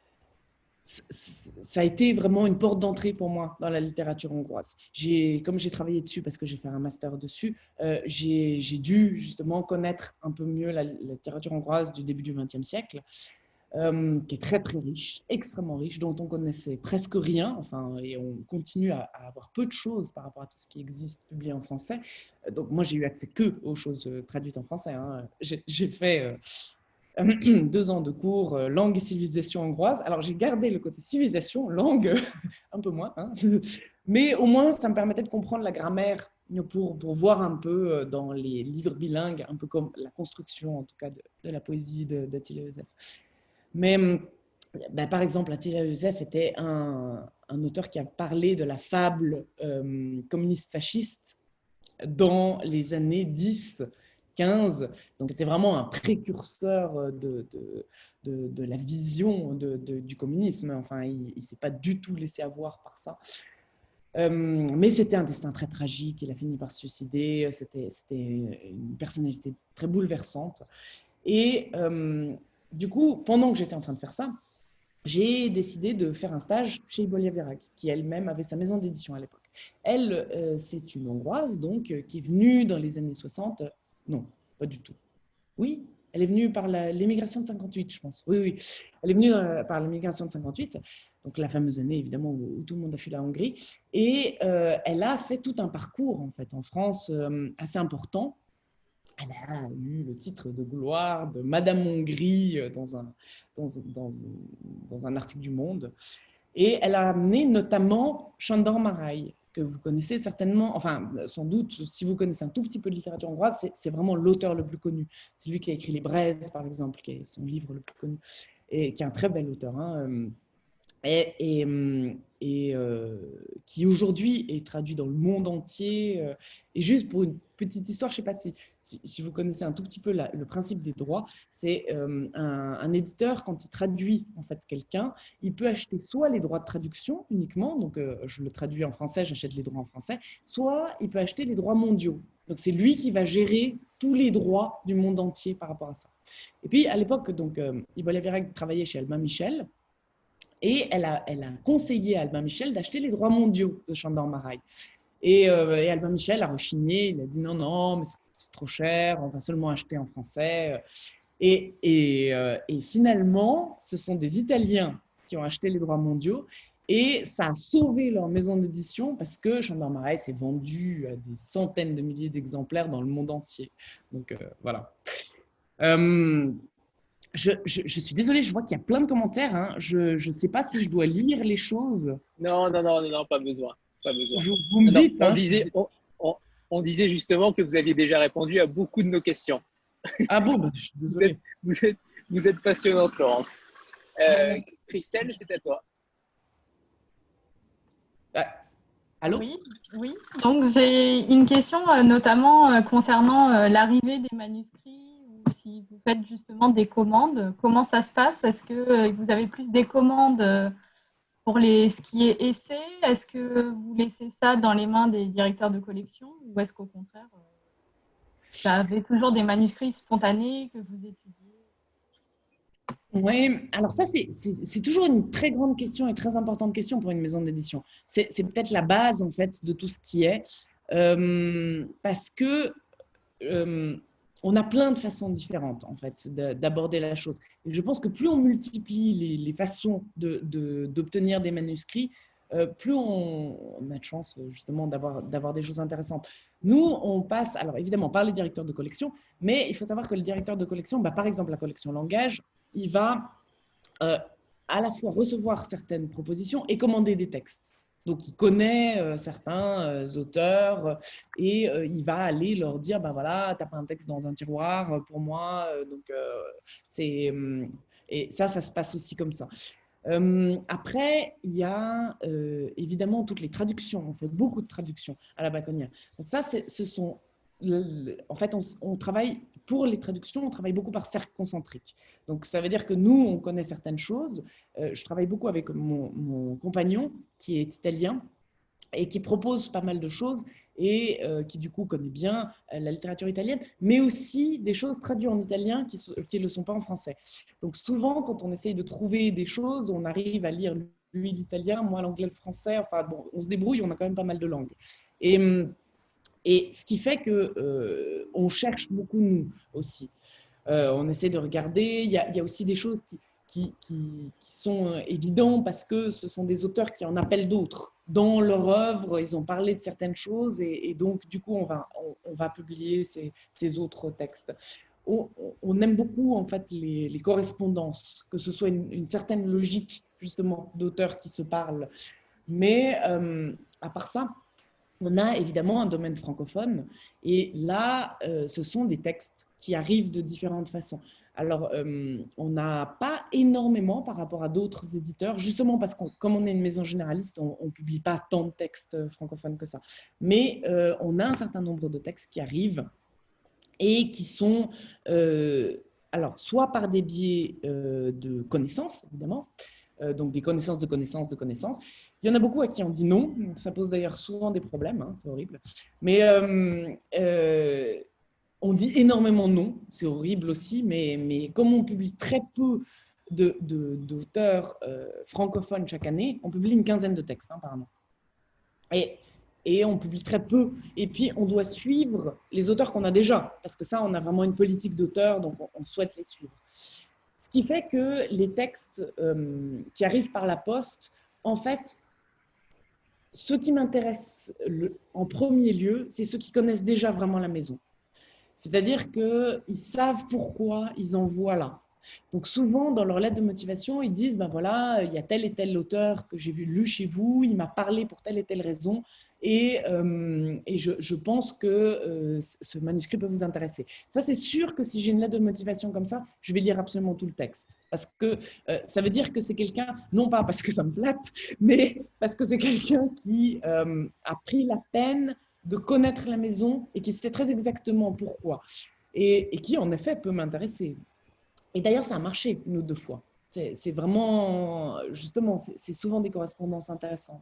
ça a été vraiment une porte d'entrée pour moi dans la littérature hongroise. Comme j'ai travaillé dessus parce que j'ai fait un master dessus, j'ai dû justement connaître un peu mieux la littérature hongroise du début du XXe siècle, qui est très très riche, extrêmement riche, dont on connaissait presque rien, enfin, et on continue à avoir peu de choses par rapport à tout ce qui existe publié en français. Donc moi j'ai eu accès que aux choses traduites en français. Hein. J'ai fait 2 ans de cours langue et civilisation hongroise. Alors j'ai gardé le côté civilisation, langue un peu moins, hein. Mais au moins ça me permettait de comprendre la grammaire pour voir un peu dans les livres bilingues, un peu comme la construction en tout cas de la poésie d'Attila József. Mais ben, par exemple, Attila József était un auteur qui a parlé de la fable communiste fasciste dans les années 10, 15. Donc, c'était vraiment un précurseur de la vision du communisme. Enfin, il ne s'est pas du tout laissé avoir par ça. Mais c'était un destin très tragique. Il a fini par se suicider. C'était une personnalité très bouleversante. Et du coup, pendant que j'étais en train de faire ça, j'ai décidé de faire un stage chez Ibolia Vérag, qui elle-même avait sa maison d'édition à l'époque. Elle, c'est une Hongroise, donc, qui est venue dans les années 60. Non, pas du tout. Oui, elle est venue par l'émigration de 58, je pense. Oui, oui. Elle est venue par l'émigration de 58, donc la fameuse année, évidemment, où tout le monde a fui la Hongrie. Et elle a fait tout un parcours, en fait, en France, assez important. Elle a eu le titre de gloire de Madame Hongrie dans un article du Monde. Et elle a amené notamment Sándor Márai, que vous connaissez certainement, enfin sans doute, si vous connaissez un tout petit peu de littérature hongroise, c'est vraiment l'auteur le plus connu. C'est lui qui a écrit Les Braises, par exemple, qui est son livre le plus connu, et qui est un très bel auteur. Hein. Et qui aujourd'hui est traduit dans le monde entier. Et juste pour une petite histoire, je ne sais pas si vous connaissez un tout petit peu le principe des droits, c'est un éditeur, quand il traduit en fait quelqu'un, il peut acheter soit les droits de traduction uniquement, donc je le traduis en français, j'achète les droits en français, soit il peut acheter les droits mondiaux. Donc c'est lui qui va gérer tous les droits du monde entier par rapport à ça. Et puis à l'époque, donc Ibolia Vérag travaillait chez Albin Michel. Et elle a conseillé à Albin Michel d'acheter les droits mondiaux de Sándor Márai. Et Albin Michel a rechigné, il a dit non, non, mais c'est trop cher, on va seulement acheter en français. Et finalement, ce sont des Italiens qui ont acheté les droits mondiaux et ça a sauvé leur maison d'édition parce que Sándor Márai s'est vendu à des centaines de milliers d'exemplaires dans le monde entier. Donc voilà. Je suis désolée, je vois qu'il y a plein de commentaires. Hein. Je ne sais pas si je dois lire les choses. Non, non, non, non, non, pas besoin. Pas besoin. Vous me Non, dites. Hein, on disait justement que vous aviez déjà répondu à beaucoup de nos questions. Ah bon, bah, je suis désolée. Vous êtes passionnante, Laurence. Christelle, c'est à toi. Allô? Oui, oui. Donc j'ai une question notamment concernant l'arrivée des manuscrits ou si vous faites justement des commandes. Comment ça se passe? Est-ce que vous avez plus des commandes pour ce qui est essai? Est-ce que vous laissez ça dans les mains des directeurs de collection ou est-ce qu'au contraire, vous avez toujours des manuscrits spontanés que vous étudiez? Oui, alors ça, c'est toujours une très grande question et très importante question pour une maison d'édition. C'est peut-être la base, en fait, de tout ce qui est. Parce que on a plein de façons différentes, en fait, d'aborder la chose. Et je pense que plus on multiplie les façons d'obtenir des manuscrits, plus on a de chance, justement, d'avoir des choses intéressantes. Nous, on passe, alors évidemment, par les directeurs de collection, mais il faut savoir que le directeur de collection, par exemple, la collection Langage, il va à la fois recevoir certaines propositions et commander des textes. Donc, il connaît certains auteurs et il va aller leur dire, ben voilà, t'as pas un texte dans un tiroir pour moi. Et ça se passe aussi comme ça. Après, il y a évidemment toutes les traductions. On fait beaucoup de traductions à la Baconnière. Donc ça, ce sont... En fait, on travaille pour les traductions, on travaille beaucoup par cercle concentrique. Donc, ça veut dire que nous, on connaît certaines choses. Je travaille beaucoup avec mon compagnon, qui est italien, et qui propose pas mal de choses et qui du coup connaît bien la littérature italienne, mais aussi des choses traduites en italien qui ne le sont pas en français. Donc souvent, quand on essaye de trouver des choses, on arrive à lire lui l'italien, moi l'anglais, le français, enfin bon, on se débrouille, on a quand même pas mal de langues. Et ce qui fait que on cherche beaucoup nous aussi. On essaie de regarder, il y a aussi des choses qui sont évidentes parce que ce sont des auteurs qui en appellent d'autres. Dans leur œuvre, ils ont parlé de certaines choses et donc, du coup, on va publier ces autres textes. On aime beaucoup, en fait, les correspondances, que ce soit une certaine logique, justement, d'auteurs qui se parlent. Mais à part ça, on a évidemment un domaine francophone et là, ce sont des textes qui arrivent de différentes façons. Alors, on n'a pas énormément par rapport à d'autres éditeurs, justement parce que comme on est une maison généraliste, on ne publie pas tant de textes francophones que ça. Mais on a un certain nombre de textes qui arrivent et qui sont, alors, soit par des biais de connaissances, évidemment, donc des connaissances de connaissances de connaissances. Il y en a beaucoup à qui on dit non, ça pose d'ailleurs souvent des problèmes, hein, c'est horrible. Mais on dit énormément non, c'est horrible aussi, mais comme on publie très peu d'auteurs francophones chaque année, on publie une quinzaine de textes par an. Et on publie très peu. Et puis, on doit suivre les auteurs qu'on a déjà, parce que ça, on a vraiment une politique d'auteur, donc on souhaite les suivre. Ce qui fait que les textes qui arrivent par la poste, en fait, ce qui m'intéresse en premier lieu, c'est ceux qui connaissent déjà vraiment la maison. C'est-à-dire qu'ils savent pourquoi ils envoient là. Donc souvent, dans leur lettre de motivation, ils disent, ben voilà, il y a tel et tel auteur que j'ai lu chez vous, il m'a parlé pour telle et telle raison, et je pense que ce manuscrit peut vous intéresser. Ça, c'est sûr que si j'ai une lettre de motivation comme ça, je vais lire absolument tout le texte. Parce que ça veut dire que c'est quelqu'un, non pas parce que ça me flatte, mais parce que c'est quelqu'un qui a pris la peine de connaître la maison et qui sait très exactement pourquoi. Et qui, en effet, peut m'intéresser. Et d'ailleurs, ça a marché une ou deux fois. C'est vraiment, justement, c'est souvent des correspondances intéressantes.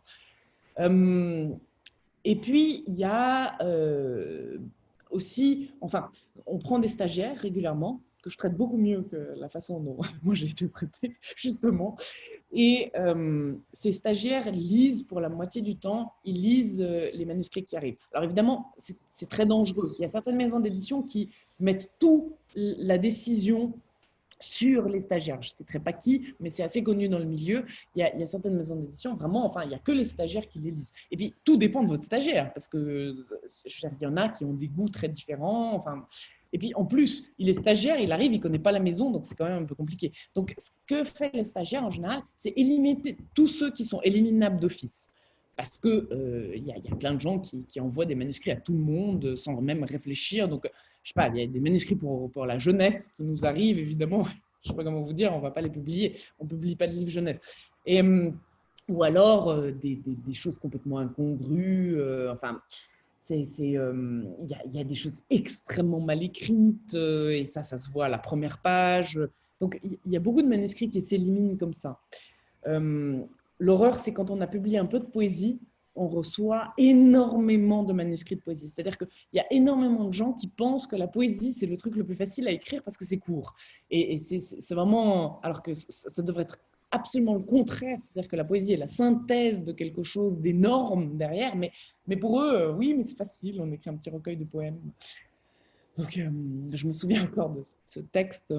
Et puis, il y a aussi, enfin, on prend des stagiaires régulièrement, que je traite beaucoup mieux que la façon dont moi j'ai été traitée, justement. Et ces stagiaires lisent pour la moitié du temps, ils lisent les manuscrits qui arrivent. Alors évidemment, c'est très dangereux. Il y a certaines maisons d'édition qui mettent toute la décision sur les stagiaires. Je ne citerai pas qui, mais c'est assez connu dans le milieu. Il y a certaines maisons d'édition, vraiment, enfin, il n'y a que les stagiaires qui les lisent. Et puis, tout dépend de votre stagiaire, parce que il y en a qui ont des goûts très différents. Enfin, et puis, en plus, il est stagiaire, il arrive, il ne connaît pas la maison, donc c'est quand même un peu compliqué. Donc, ce que fait le stagiaire, en général, c'est éliminer tous ceux qui sont éliminables d'office. Parce qu'il y a plein de gens qui envoient des manuscrits à tout le monde sans même réfléchir. Donc, je sais pas, il y a des manuscrits pour la jeunesse qui nous arrivent, évidemment. Je sais pas comment vous dire, on va pas les publier. On publie pas de livres jeunesse. Et, ou alors des choses complètement incongrues. Enfin, il y a des choses extrêmement mal écrites et ça se voit à la première page. Donc, il y a beaucoup de manuscrits qui s'éliminent comme ça. L'horreur, c'est quand on a publié un peu de poésie, on reçoit énormément de manuscrits de poésie. C'est-à-dire qu'il y a énormément de gens qui pensent que la poésie, c'est le truc le plus facile à écrire parce que c'est court. Et c'est vraiment… Alors que ça devrait être absolument le contraire. C'est-à-dire que la poésie est la synthèse de quelque chose d'énorme derrière. Mais pour eux, oui, mais c'est facile, on écrit un petit recueil de poèmes. Donc, je me souviens encore de ce texte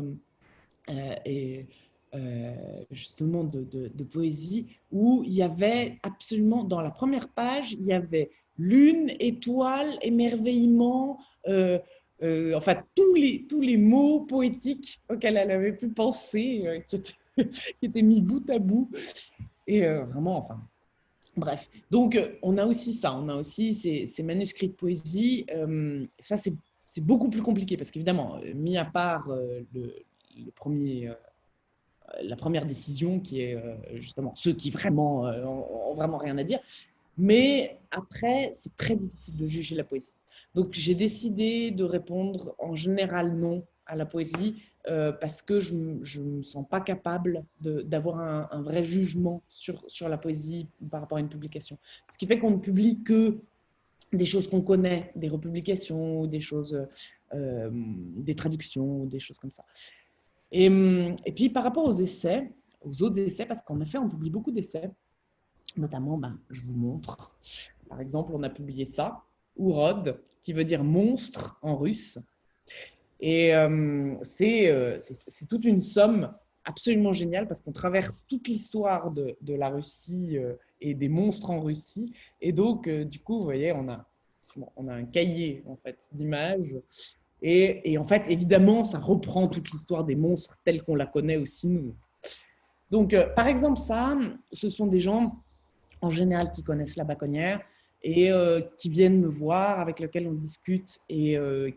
justement de poésie où il y avait absolument, dans la première page, il y avait lune, étoile, émerveillement, enfin tous les mots poétiques auxquels elle avait pu penser, qui étaient mis bout à bout. Et vraiment, enfin, bref. Donc, on a aussi ça, on a aussi ces manuscrits de poésie. Ça, c'est beaucoup plus compliqué parce qu'évidemment, mis à part le premier… la première décision qui est justement ceux qui vraiment ont vraiment rien à dire. Mais après, c'est très difficile de juger la poésie. Donc, j'ai décidé de répondre en général non à la poésie parce que je ne me sens pas capable d'avoir un vrai jugement sur la poésie par rapport à une publication. Ce qui fait qu'on ne publie que des choses qu'on connaît, des republications, des choses, des traductions, des choses comme ça. Et puis, par rapport aux essais, aux autres essais, parce qu'en effet, on publie beaucoup d'essais, notamment, je vous montre. Par exemple, on a publié ça, Urod, qui veut dire monstre en russe. Et c'est toute une somme absolument géniale parce qu'on traverse toute l'histoire de la Russie et des monstres en Russie. Et donc, du coup, vous voyez, on a un cahier en fait, d'images. Et en fait, évidemment, ça reprend toute l'histoire des monstres telle qu'on la connaît aussi, nous. Donc, par exemple, ça, ce sont des gens, en général, qui connaissent la Baconnière et qui viennent me voir, avec lesquels on discute et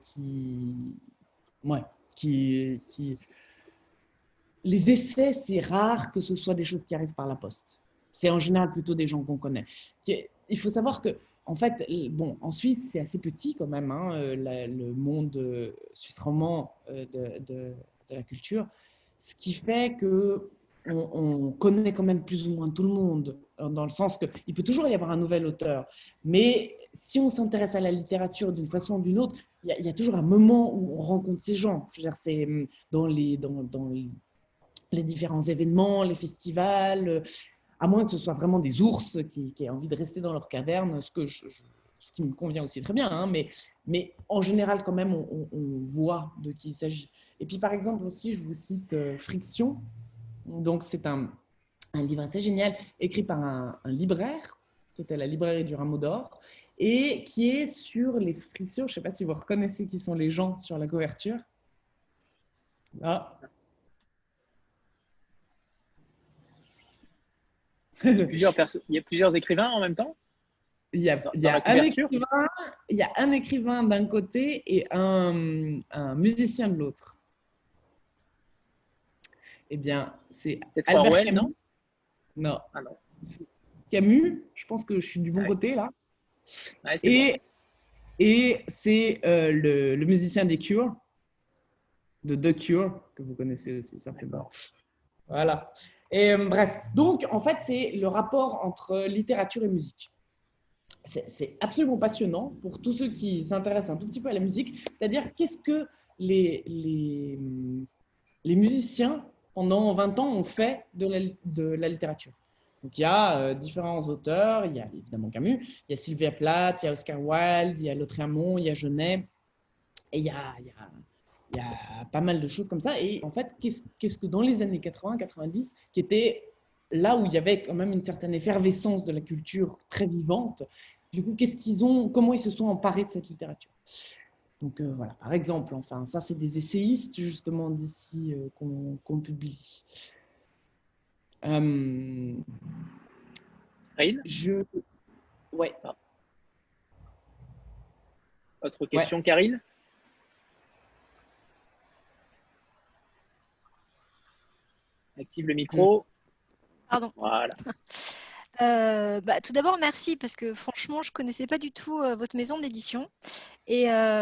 qui… Les essais, c'est rare que ce soit des choses qui arrivent par la poste. C'est en général plutôt des gens qu'on connaît. Il faut savoir que, en fait, bon, en Suisse, c'est assez petit quand même, hein, le monde suisse romand de la culture, ce qui fait que on connaît quand même plus ou moins tout le monde, dans le sens qu'il peut toujours y avoir un nouvel auteur. Mais si on s'intéresse à la littérature d'une façon ou d'une autre, il y a toujours un moment où on rencontre ces gens. Je veux dire, c'est dans les différents événements, les festivals, à moins que ce soit vraiment des ours qui aient envie de rester dans leur caverne, ce qui me convient aussi très bien, hein, mais en général, quand même, on voit de qui il s'agit. Et puis, par exemple, aussi, je vous cite Friction. Donc, c'est un livre assez génial, écrit par un libraire, qui était à la librairie du Rameau d'Or, et qui est sur les frictions. Je ne sais pas si vous reconnaissez qui sont les gens sur la couverture. Ah. Il y a plusieurs écrivains en même temps? Il y a un écrivain d'un côté et un musicien de l'autre. Eh bien, c'est Albert Orwell, Camus. Non. Non. Ah non. Camus, je pense que je suis du bon côté là. Ouais, et c'est le musicien des Cure, de The Cure, que vous connaissez aussi certainement. Voilà. Et bref, donc en fait, c'est le rapport entre littérature et musique. C'est absolument passionnant pour tous ceux qui s'intéressent un tout petit peu à la musique. C'est-à-dire, qu'est-ce que les musiciens, pendant 20 ans, ont fait de la littérature. Donc, il y a différents auteurs. Il y a évidemment Camus, il y a Sylvia Plath, il y a Oscar Wilde, il y a Lautréamont, il y a Genet. Et il y a pas mal de choses comme ça. Et en fait, qu'est-ce que dans les années 80-90, qui était là où il y avait quand même une certaine effervescence de la culture très vivante, du coup, comment ils se sont emparés de cette littérature. Donc voilà, par exemple, enfin, ça c'est des essayistes justement d'ici qu'on publie. Karine ? Ouais. Autre question, ouais. Karine ? Active le micro. Pardon. Voilà. Tout d'abord, merci parce que franchement, je ne connaissais pas du tout votre maison d'édition et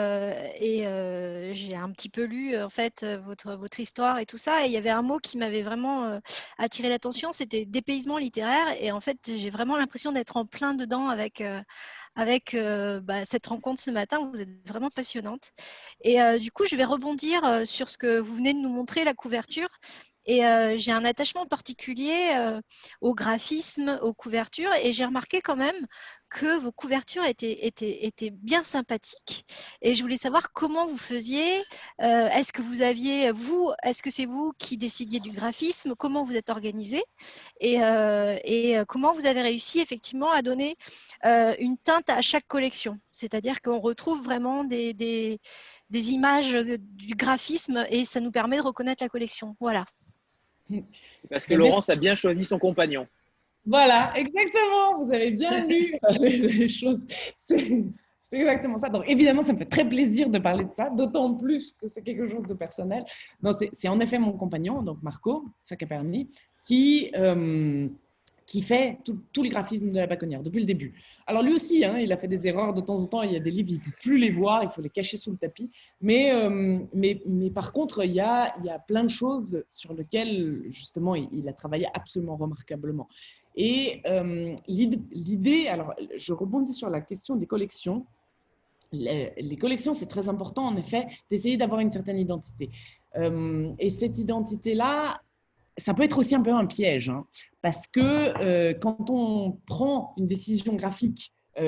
j'ai un petit peu lu en fait votre histoire et tout ça. Et il y avait un mot qui m'avait vraiment attiré l'attention, c'était dépaysement littéraire. Et en fait, j'ai vraiment l'impression d'être en plein dedans avec cette rencontre ce matin. Vous êtes vraiment passionnante. Et du coup, je vais rebondir sur ce que vous venez de nous montrer, la couverture. Et j'ai un attachement particulier au graphisme, aux couvertures. Et j'ai remarqué quand même que vos couvertures étaient bien sympathiques. Et je voulais savoir comment vous faisiez. Est-ce que c'est vous qui décidiez du graphisme? Comment vous êtes organisé? Et comment vous avez réussi effectivement à donner une teinte à chaque collection? C'est-à-dire qu'on retrouve vraiment des images du graphisme et ça nous permet de reconnaître la collection. Voilà. Parce que Laurence a bien choisi son compagnon. Voilà, exactement. Vous avez bien lu les choses. C'est exactement ça. Donc, évidemment, ça me fait très plaisir de parler de ça, d'autant plus que c'est quelque chose de personnel. C'est en effet mon compagnon, donc Marco Saccaperni, qui qui fait tous les graphismes de la Baconnière depuis le début. Alors lui aussi, hein, il a fait des erreurs de temps en temps. Il y a des livres, il ne peut plus les voir, il faut les cacher sous le tapis. Mais par contre, il y a plein de choses sur lesquelles, justement, il a travaillé absolument remarquablement. Et l'idée, alors je rebondis sur la question des collections. Les collections, c'est très important, en effet, d'essayer d'avoir une certaine identité. Et cette identité-là, ça peut être aussi un peu un piège, hein, parce que quand on prend une décision graphique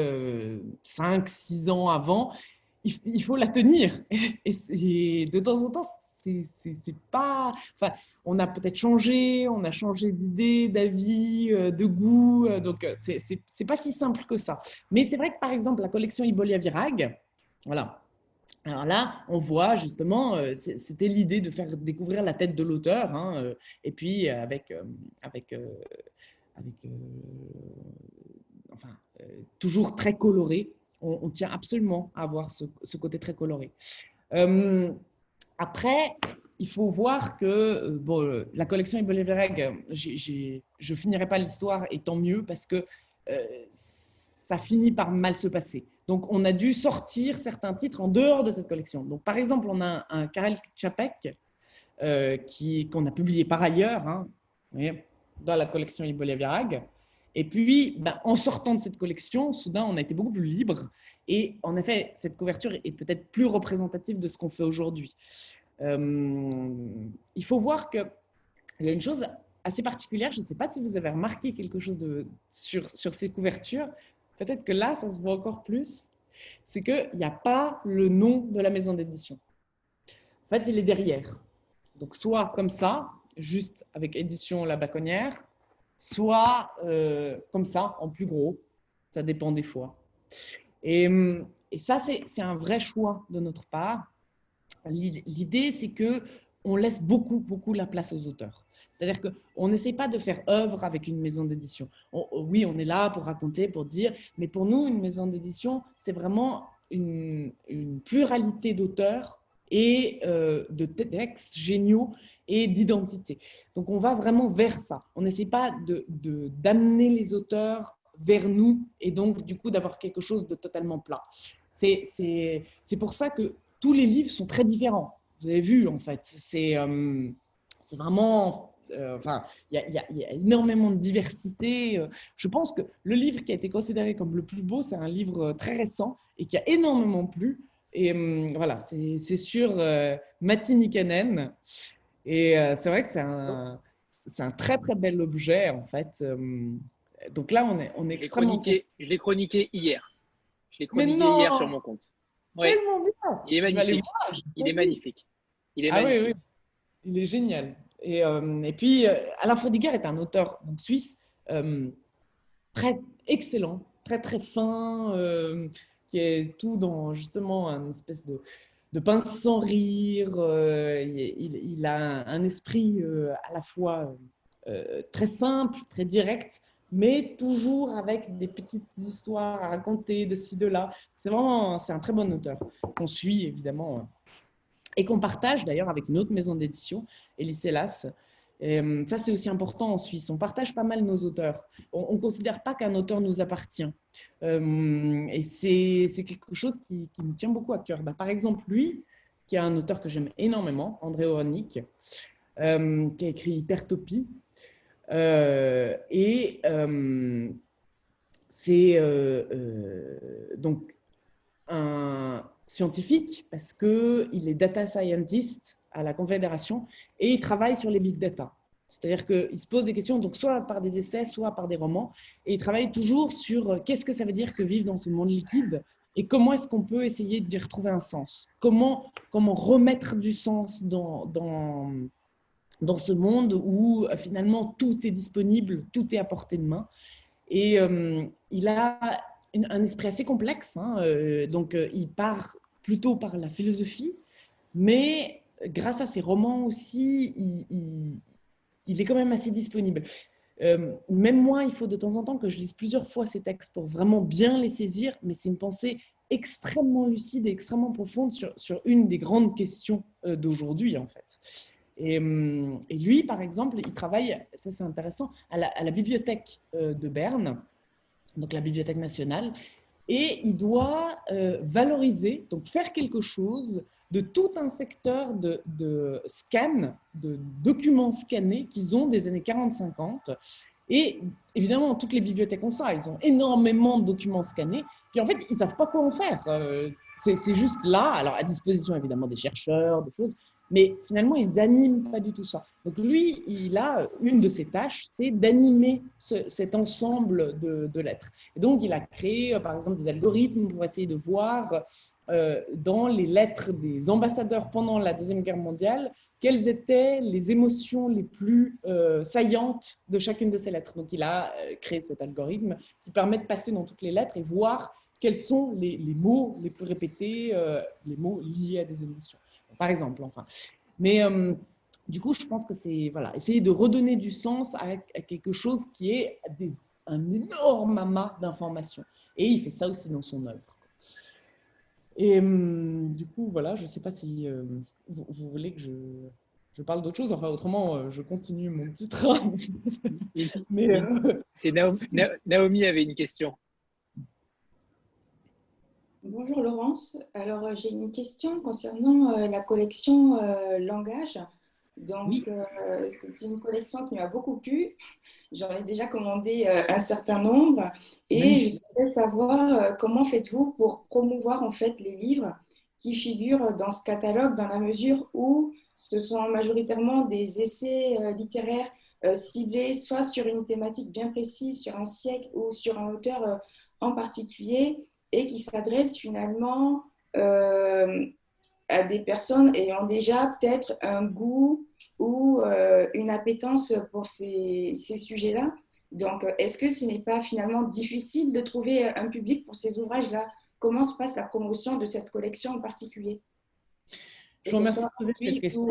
5-6 ans avant, il faut la tenir. Et de temps en temps, c'est pas… Enfin, on a peut-être changé, on a changé d'idée, d'avis, de goût, donc c'est pas si simple que ça. Mais c'est vrai que, par exemple, la collection Hippolyte Virag, voilà. Alors là, on voit justement, c'était l'idée de faire découvrir la tête de l'auteur, hein, et puis enfin, toujours très coloré. On tient absolument à avoir ce côté très coloré. Après, il faut voir que bon, la collection Hippolyte Virag, je ne finirai pas l'histoire, et tant mieux, parce que ça finit par mal se passer. Donc, on a dû sortir certains titres en dehors de cette collection. Donc, par exemple, on a un Karel Čapek qu'on a publié par ailleurs, hein, vous voyez, dans la collection Hippolyte Virag. Et puis, en sortant de cette collection, soudain, on a été beaucoup plus libre. Et en effet, cette couverture est peut-être plus représentative de ce qu'on fait aujourd'hui. Il faut voir qu'il y a une chose assez particulière. Je ne sais pas si vous avez remarqué quelque chose sur ces couvertures. Peut-être que là, ça se voit encore plus. C'est qu'il n'y a pas le nom de la maison d'édition. En fait, il est derrière. Donc, soit comme ça, juste avec édition La Baconnière, soit comme ça, en plus gros. Ça dépend des fois. Et ça, c'est un vrai choix de notre part. L'idée, c'est qu'on laisse beaucoup la place aux auteurs. C'est-à-dire qu'on n'essaie pas de faire œuvre avec une maison d'édition. Oui, on est là pour raconter, pour dire, mais pour nous, une maison d'édition, c'est vraiment une pluralité d'auteurs et de textes géniaux et d'identité. Donc, on va vraiment vers ça. On n'essaie pas d'amener les auteurs vers nous et donc, du coup, d'avoir quelque chose de totalement plat. C'est pour ça que tous les livres sont très différents. Vous avez vu, en fait. C'est vraiment… Enfin, il y a énormément de diversité. Je pense que le livre qui a été considéré comme le plus beau, c'est un livre très récent et qui a énormément plu. Et voilà, c'est sur Matti Nykänen. Et c'est vrai que c'est un très, très bel objet, en fait. Donc là, on est extrêmement… Je l'ai chroniqué hier. Je l'ai Mais chroniqué non, hier sur mon compte. Ouais. tellement bien. Il est magnifique. Il est magnifique. Il est magnifique. Oui, oui. Il est génial. Et puis, Alain Frodiger est un auteur donc, suisse très excellent, très, très fin, qui est tout dans justement une espèce de pince sans rire. Il a un esprit à la fois très simple, très direct, mais toujours avec des petites histoires à raconter de ci, de là. C'est un très bon auteur qu'on suit évidemment et qu'on partage d'ailleurs avec une autre maison d'édition, Élysée Las. Ça, c'est aussi important en Suisse. On partage pas mal nos auteurs. On ne considère pas qu'un auteur nous appartient. Et c'est quelque chose qui nous tient beaucoup à cœur. Par exemple, lui, qui est un auteur que j'aime énormément, André Hornik, qui a écrit Hypertopie. C'est donc un scientifique parce qu'il est data scientist à la Confédération et il travaille sur les big data. C'est-à-dire qu'il se pose des questions, donc soit par des essais, soit par des romans, et il travaille toujours sur qu'est-ce que ça veut dire que vivre dans ce monde liquide et comment est-ce qu'on peut essayer d'y retrouver un sens. Comment remettre du sens dans ce monde où finalement tout est disponible, tout est à portée de main. Et il a un esprit assez complexe, hein, donc il part plutôt par la philosophie, mais grâce à ses romans aussi, il est quand même assez disponible. Même moi, il faut de temps en temps que je lise plusieurs fois ces textes pour vraiment bien les saisir, mais c'est une pensée extrêmement lucide et extrêmement profonde sur une des grandes questions d'aujourd'hui, en fait. Et lui, par exemple, il travaille, ça c'est intéressant, à la bibliothèque de Berne, donc la Bibliothèque nationale, et il doit valoriser, donc faire quelque chose de tout un secteur de scan, de documents scannés qu'ils ont des années 40-50. Et évidemment, toutes les bibliothèques ont ça. Ils ont énormément de documents scannés. Puis en fait, ils ne savent pas quoi en faire. C'est juste là, alors à disposition évidemment des chercheurs, des choses, mais finalement, ils n'animent pas du tout ça. Donc lui, il a une de ses tâches, c'est d'animer cet ensemble de lettres. Et donc, il a créé, par exemple, des algorithmes pour essayer de voir dans les lettres des ambassadeurs pendant la Deuxième Guerre mondiale, quelles étaient les émotions les plus saillantes de chacune de ces lettres. Donc, il a créé cet algorithme qui permet de passer dans toutes les lettres et voir quels sont les mots les plus répétés, les mots liés à des émotions, par exemple. Enfin. Mais du coup, je pense que c'est essayer de redonner du sens à quelque chose qui est un énorme amas d'informations. Et il fait ça aussi dans son œuvre. Et du coup, voilà, je ne sais pas si vous voulez que je parle d'autre chose. Enfin, autrement, je continue mon petit train. Mais c'est Naomi avait une question. Bonjour Laurence. Alors, j'ai une question concernant la collection Langage. Donc, oui. C'est une collection qui m'a beaucoup plu. J'en ai déjà commandé un certain nombre et je souhaiterais savoir comment faites-vous pour promouvoir en fait les livres qui figurent dans ce catalogue, dans la mesure où ce sont majoritairement des essais littéraires ciblés soit sur une thématique bien précise, sur un siècle ou sur un auteur en particulier, et qui s'adressent finalement à des personnes ayant déjà peut-être un goût ou une appétence pour ces sujets-là. Donc, est-ce que ce n'est pas finalement difficile de trouver un public pour ces ouvrages-là? Comment se passe la promotion de cette collection en particulier? Je vous remercie de poser cette question.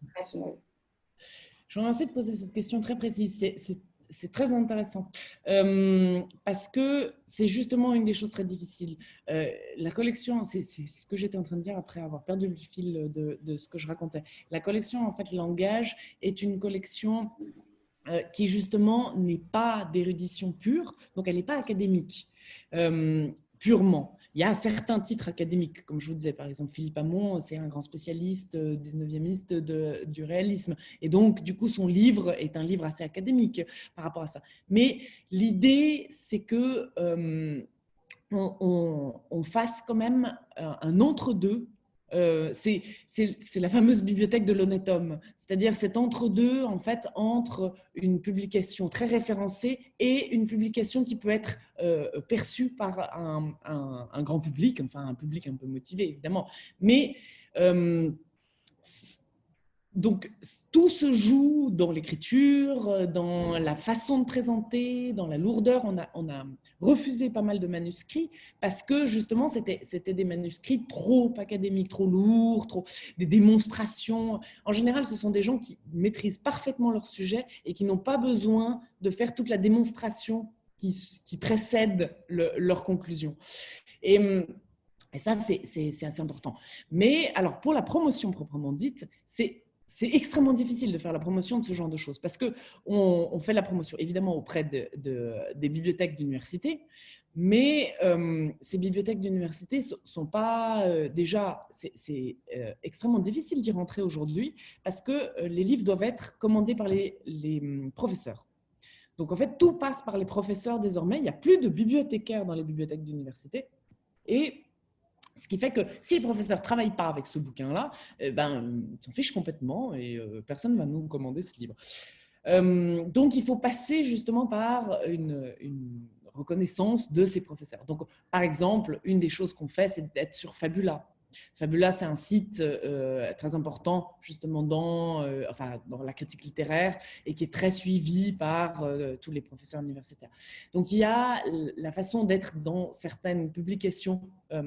Je vous remercie de poser cette question très précise. C'est très intéressant parce que c'est justement une des choses très difficiles. La collection, c'est ce que j'étais en train de dire après avoir perdu le fil de ce que je racontais. La collection, en fait, Langage est une collection qui justement n'est pas d'érudition pure, donc elle n'est pas académique purement. Il y a certains titres académiques, comme je vous disais, par exemple, Philippe Hamon, c'est un grand spécialiste 19e du réalisme. Et donc, du coup, son livre est un livre assez académique par rapport à ça. Mais l'idée, c'est que on fasse quand même un entre-deux. C'est la fameuse bibliothèque de l'honnête homme, c'est-à-dire cet entre-deux en fait entre une publication très référencée et une publication qui peut être perçue par un grand public, enfin un public un peu motivé évidemment, mais donc, tout se joue dans l'écriture, dans la façon de présenter, dans la lourdeur. On a refusé pas mal de manuscrits parce que justement, c'était des manuscrits trop académiques, trop lourds, des démonstrations. En général, ce sont des gens qui maîtrisent parfaitement leur sujet et qui n'ont pas besoin de faire toute la démonstration qui précède leur conclusion. Et ça, c'est assez important. Mais alors, pour la promotion proprement dite, c'est extrêmement difficile de faire la promotion de ce genre de choses parce qu'on fait la promotion évidemment auprès des bibliothèques d'université, mais ces bibliothèques d'université ne sont pas déjà, c'est extrêmement difficile d'y rentrer aujourd'hui parce que les livres doivent être commandés par les professeurs. Donc en fait, tout passe par les professeurs désormais. Il n'y a plus de bibliothécaires dans les bibliothèques d'université et ce qui fait que si les professeurs ne travaillent pas avec ce bouquin-là, ils s'en fichent complètement et personne ne va nous commander ce livre. Donc, il faut passer justement par une reconnaissance de ces professeurs. Donc, par exemple, une des choses qu'on fait, c'est d'être sur Fabula. Fabula, c'est un site très important justement dans la critique littéraire et qui est très suivi par tous les professeurs universitaires. Donc, il y a la façon d'être dans certaines publications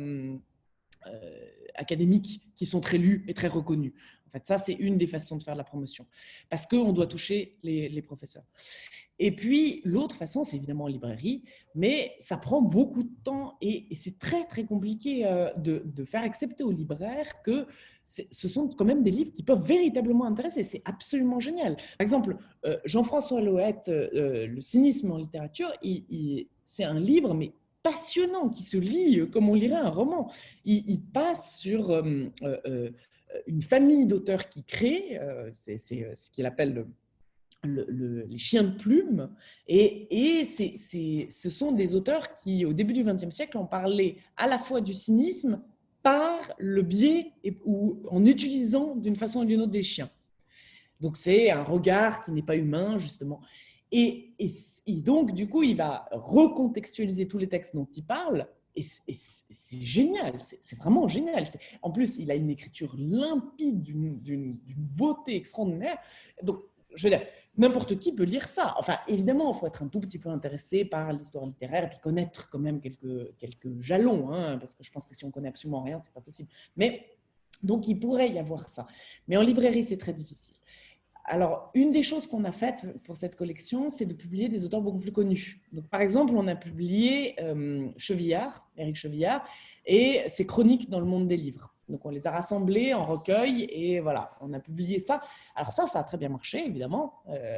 académiques qui sont très lues et très reconnues. En fait, ça, c'est une des façons de faire la promotion parce qu'on doit toucher les professeurs. Et puis, l'autre façon, c'est évidemment en librairie, mais ça prend beaucoup de temps et c'est très, très compliqué de faire accepter aux libraires que ce sont quand même des livres qui peuvent véritablement intéresser. C'est absolument génial. Par exemple, Jean-François Louët, Le cynisme en littérature, c'est un livre, mais passionnant, qui se lit comme on lirait un roman. Il passe sur une famille d'auteurs qui créent, c'est ce qu'il appelle les chiens de plume, et ce sont des auteurs qui, au début du XXe siècle, ont parlé à la fois du cynisme par le biais ou en utilisant d'une façon ou d'une autre des chiens. Donc c'est un regard qui n'est pas humain, justement. Et donc, du coup, il va recontextualiser tous les textes dont il parle, et c'est génial, c'est vraiment génial. En plus, il a une écriture limpide, d'une beauté extraordinaire. Donc, je veux dire, n'importe qui peut lire ça. Enfin, évidemment, il faut être un tout petit peu intéressé par l'histoire littéraire et puis connaître quand même quelques jalons, hein, parce que je pense que si on connaît absolument rien, c'est pas possible. Mais donc, il pourrait y avoir ça. Mais en librairie, c'est très difficile. Alors, une des choses qu'on a faites pour cette collection, c'est de publier des auteurs beaucoup plus connus. Donc, par exemple, on a publié Chevillard, Éric Chevillard, et ses chroniques dans le monde des livres. Donc, on les a rassemblés en recueil et voilà, on a publié ça. Alors ça a très bien marché, évidemment.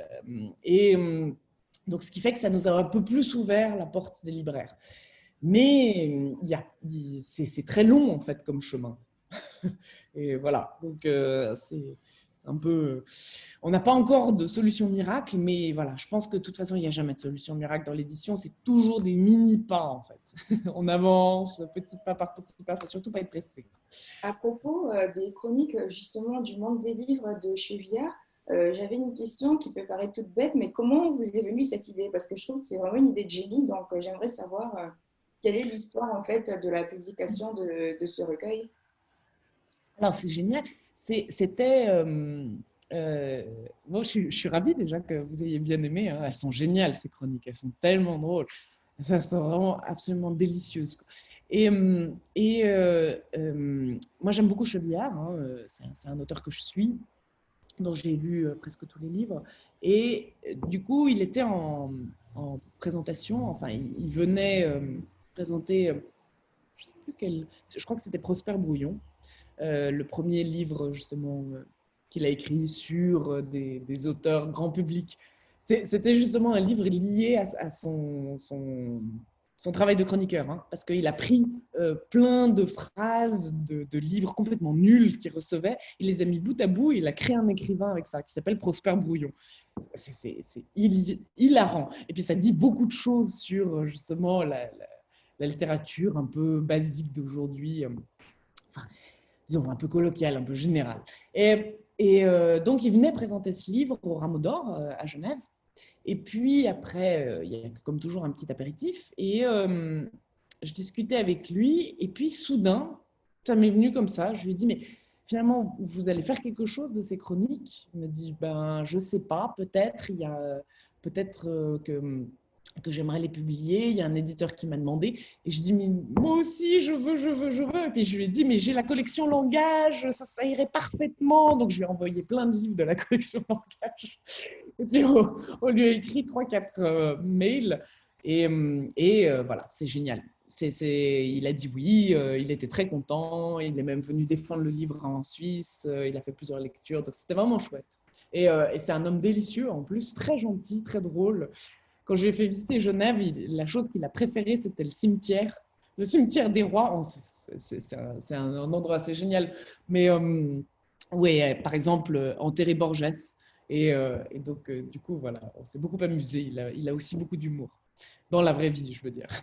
Donc, ce qui fait que ça nous a un peu plus ouvert la porte des libraires. Mais c'est très long, en fait, comme chemin. Et voilà, donc c'est un peu… On n'a pas encore de solution miracle, mais voilà, je pense que de toute façon, il n'y a jamais de solution miracle dans l'édition. C'est toujours des mini-pas, en fait. On avance petit pas par petit pas, il ne faut surtout pas être pressé. À propos des chroniques, justement, du monde des livres de Chevillard, j'avais une question qui peut paraître toute bête, mais comment vous est venue cette idée? Parce que je trouve que c'est vraiment une idée de génie, donc j'aimerais savoir quelle est l'histoire, en fait, de la publication de ce recueil. Alors, c'est génial. C'était… moi, je suis ravie déjà que vous ayez bien aimé. Hein. Elles sont géniales, ces chroniques. Elles sont tellement drôles. Elles sont vraiment absolument délicieuses. Moi, j'aime beaucoup Chevillard. Hein. C'est un auteur que je suis, dont j'ai lu presque tous les livres. Et du coup, il était en présentation. Enfin, il venait présenter… je sais plus quel… Je crois que c'était Prosper Brouillon. Le premier livre justement qu'il a écrit sur des auteurs grand public. C'était justement un livre lié à son travail de chroniqueur, hein, parce qu'il a pris plein de phrases de livres complètement nuls qu'il recevait, il les a mis bout à bout et il a créé un écrivain avec ça qui s'appelle Prosper Brouillon. C'est hilarant. Et puis ça dit beaucoup de choses sur justement la littérature un peu basique d'aujourd'hui. Enfin, disons, un peu colloquial, un peu général. Donc, il venait présenter ce livre au Rameau d'Or à Genève. Et puis, après, il y a comme toujours un petit apéritif. Et je discutais avec lui. Et puis, soudain, ça m'est venu comme ça. Je lui ai dit, mais finalement, vous allez faire quelque chose de ces chroniques? Il m'a dit, ben, je ne sais pas. Peut-être, il y a peut-être que j'aimerais les publier. Il y a un éditeur qui m'a demandé. Et je dis, mais moi aussi, je veux. Et puis je lui ai dit, mais j'ai la collection Langage, ça irait parfaitement. Donc je lui ai envoyé plein de livres de la collection Langage. Et puis on lui a écrit 3-4 mails. Et voilà, c'est génial. Il a dit oui, il était très content. Il est même venu défendre le livre en Suisse. Il a fait plusieurs lectures. Donc c'était vraiment chouette. Et c'est un homme délicieux, en plus, très gentil, très drôle. Quand je lui ai fait visiter Genève, la chose qu'il a préférée, c'était le cimetière des Rois. C'est un endroit assez génial. Mais oui, par exemple, enterrer Borges. Et donc, du coup, voilà, on s'est beaucoup amusé. Il a aussi beaucoup d'humour. Dans la vraie vie, je veux dire.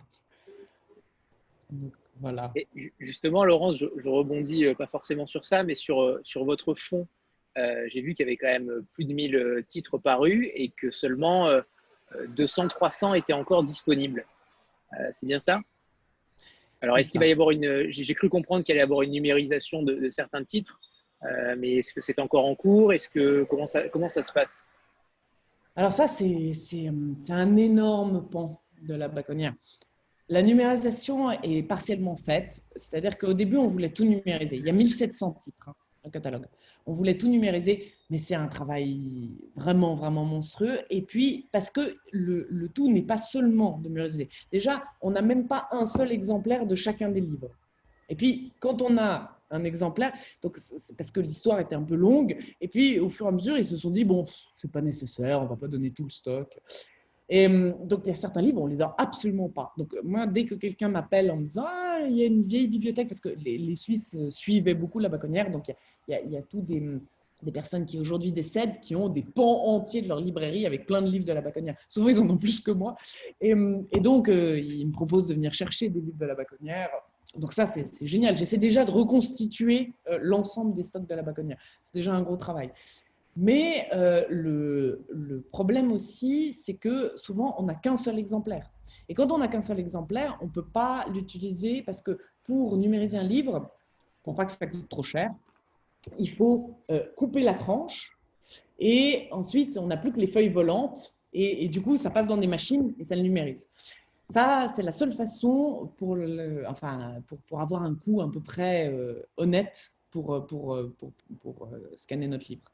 Donc, voilà. Et justement, Laurence, je rebondis pas forcément sur ça, mais sur votre fond. J'ai vu qu'il y avait quand même plus de 1000 titres parus et que seulement 200-300 étaient encore disponibles. C'est bien ça? Alors, est-ce qu'il va y avoir j'ai cru comprendre qu'il allait y avoir une numérisation de certains titres, mais est-ce que c'est encore en cours? Comment ça se passe? Alors ça, c'est un énorme pan de la braconnière. La numérisation est partiellement faite, c'est-à-dire qu'au début, on voulait tout numériser. Il y a 1700 titres. Hein. un catalogue. On voulait tout numériser, mais c'est un travail vraiment, vraiment monstrueux. Et puis, parce que le tout n'est pas seulement de numériser. Déjà, on n'a même pas un seul exemplaire de chacun des livres. Et puis, quand on a un exemplaire, donc c'est parce que l'histoire était un peu longue, et puis au fur et à mesure, ils se sont dit, bon, c'est pas nécessaire, on va pas donner tout le stock. Et donc, il y a certains livres, on les a absolument pas. Donc, moi, dès que quelqu'un m'appelle en me disant, ah, il y a une vieille bibliothèque, parce que les Suisses suivaient beaucoup la Baconnière, donc il y a tous des personnes qui aujourd'hui décèdent, qui ont des pans entiers de leur librairie avec plein de livres de la Baconnière. Souvent, ils en ont plus que moi. Et donc, ils me proposent de venir chercher des livres de la Baconnière. Donc ça, c'est génial. J'essaie déjà de reconstituer l'ensemble des stocks de la Baconnière. C'est déjà un gros travail. Mais le problème aussi, c'est que souvent, on n'a qu'un seul exemplaire. Et quand on n'a qu'un seul exemplaire, on ne peut pas l'utiliser parce que pour numériser un livre, pour pas que ça coûte trop cher, il faut couper la tranche et ensuite, on n'a plus que les feuilles volantes et du coup, ça passe dans des machines et ça le numérise. Ça, c'est la seule façon pour avoir un coût à peu près honnête pour scanner notre livre.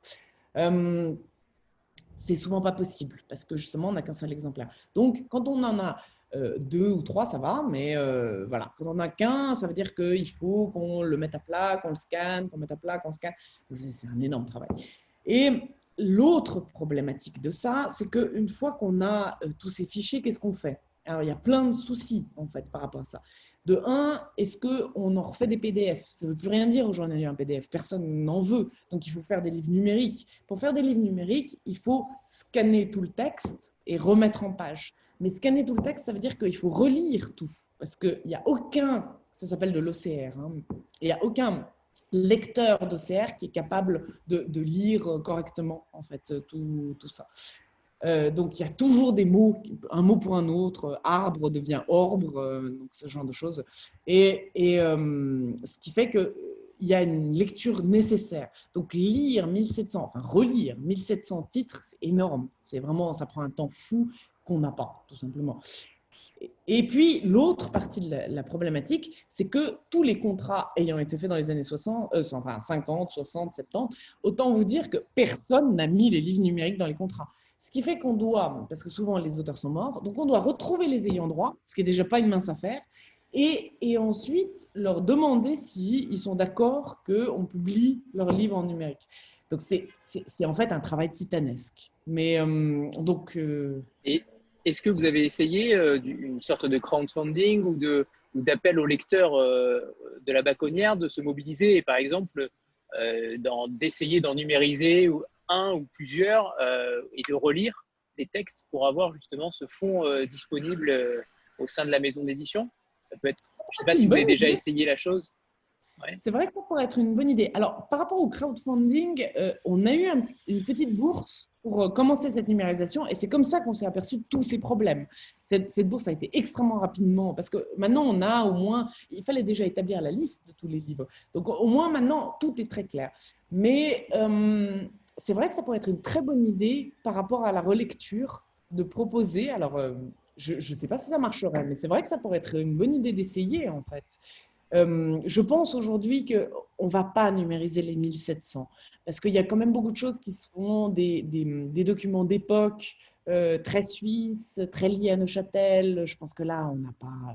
C'est souvent pas possible parce que justement, on n'a qu'un seul exemplaire. Donc, quand on en a deux ou trois, ça va, mais voilà. Quand on n'a qu'un, ça veut dire qu'il faut qu'on le mette à plat, qu'on le scanne, qu'on mette à plat, qu'on scanne. C'est un énorme travail. Et l'autre problématique de ça, c'est qu'une fois qu'on a tous ces fichiers, qu'est-ce qu'on fait? Alors, il y a plein de soucis, en fait, par rapport à ça. De un, est-ce qu'on en refait des PDF? Ça ne veut plus rien dire aujourd'hui un PDF. Personne n'en veut. Donc, il faut faire des livres numériques. Pour faire des livres numériques, il faut scanner tout le texte et remettre en page. Mais scanner tout le texte, ça veut dire qu'il faut relire tout. Parce qu'il n'y a aucun, ça s'appelle de l'OCR, hein, il n'y a aucun lecteur d'OCR qui est capable de lire correctement, en fait, tout ça. Donc, il y a toujours des mots, un mot pour un autre, arbre devient orbre, donc ce genre de choses. Et ce qui fait qu'il y a une lecture nécessaire. Donc, lire 1700, enfin relire 1700 titres, c'est énorme. C'est vraiment, ça prend un temps fou qu'on n'a pas, tout simplement. Et puis, l'autre partie de la problématique, c'est que tous les contrats ayant été faits dans les années 60, enfin 50, 60, 70, autant vous dire que personne n'a mis les livres numériques dans les contrats. Ce qui fait qu'on doit, parce que souvent les auteurs sont morts, donc on doit retrouver les ayants droit, ce qui n'est déjà pas une mince affaire, et ensuite leur demander s'ils sont d'accord qu'on publie leurs livres en numérique. Donc c'est en fait un travail titanesque. Mais donc... Et est-ce que vous avez essayé une sorte de crowdfunding ou d'appel aux lecteurs de la Baconnière de se mobiliser et par exemple d'essayer d'en numériser un ou plusieurs et de relire les textes pour avoir justement ce fonds disponible au sein de la maison d'édition? Ça peut être, je ne sais pas si vous avez déjà essayé la chose. Ouais. C'est vrai que ça pourrait être une bonne idée. Alors, par rapport au crowdfunding, on a eu une petite bourse pour commencer cette numérisation et c'est comme ça qu'on s'est aperçu de tous ces problèmes. Cette bourse a été extrêmement rapidement parce que maintenant, on a au moins, il fallait déjà établir la liste de tous les livres. Donc, au moins maintenant, tout est très clair. Mais c'est vrai que ça pourrait être une très bonne idée par rapport à la relecture de proposer. Alors, je ne sais pas si ça marcherait, mais c'est vrai que ça pourrait être une bonne idée d'essayer en fait. Je pense aujourd'hui qu'on ne va pas numériser les 1700 parce qu'il y a quand même beaucoup de choses qui sont des documents d'époque très suisses, très liés à Neuchâtel. Je pense que là, on n'a pas,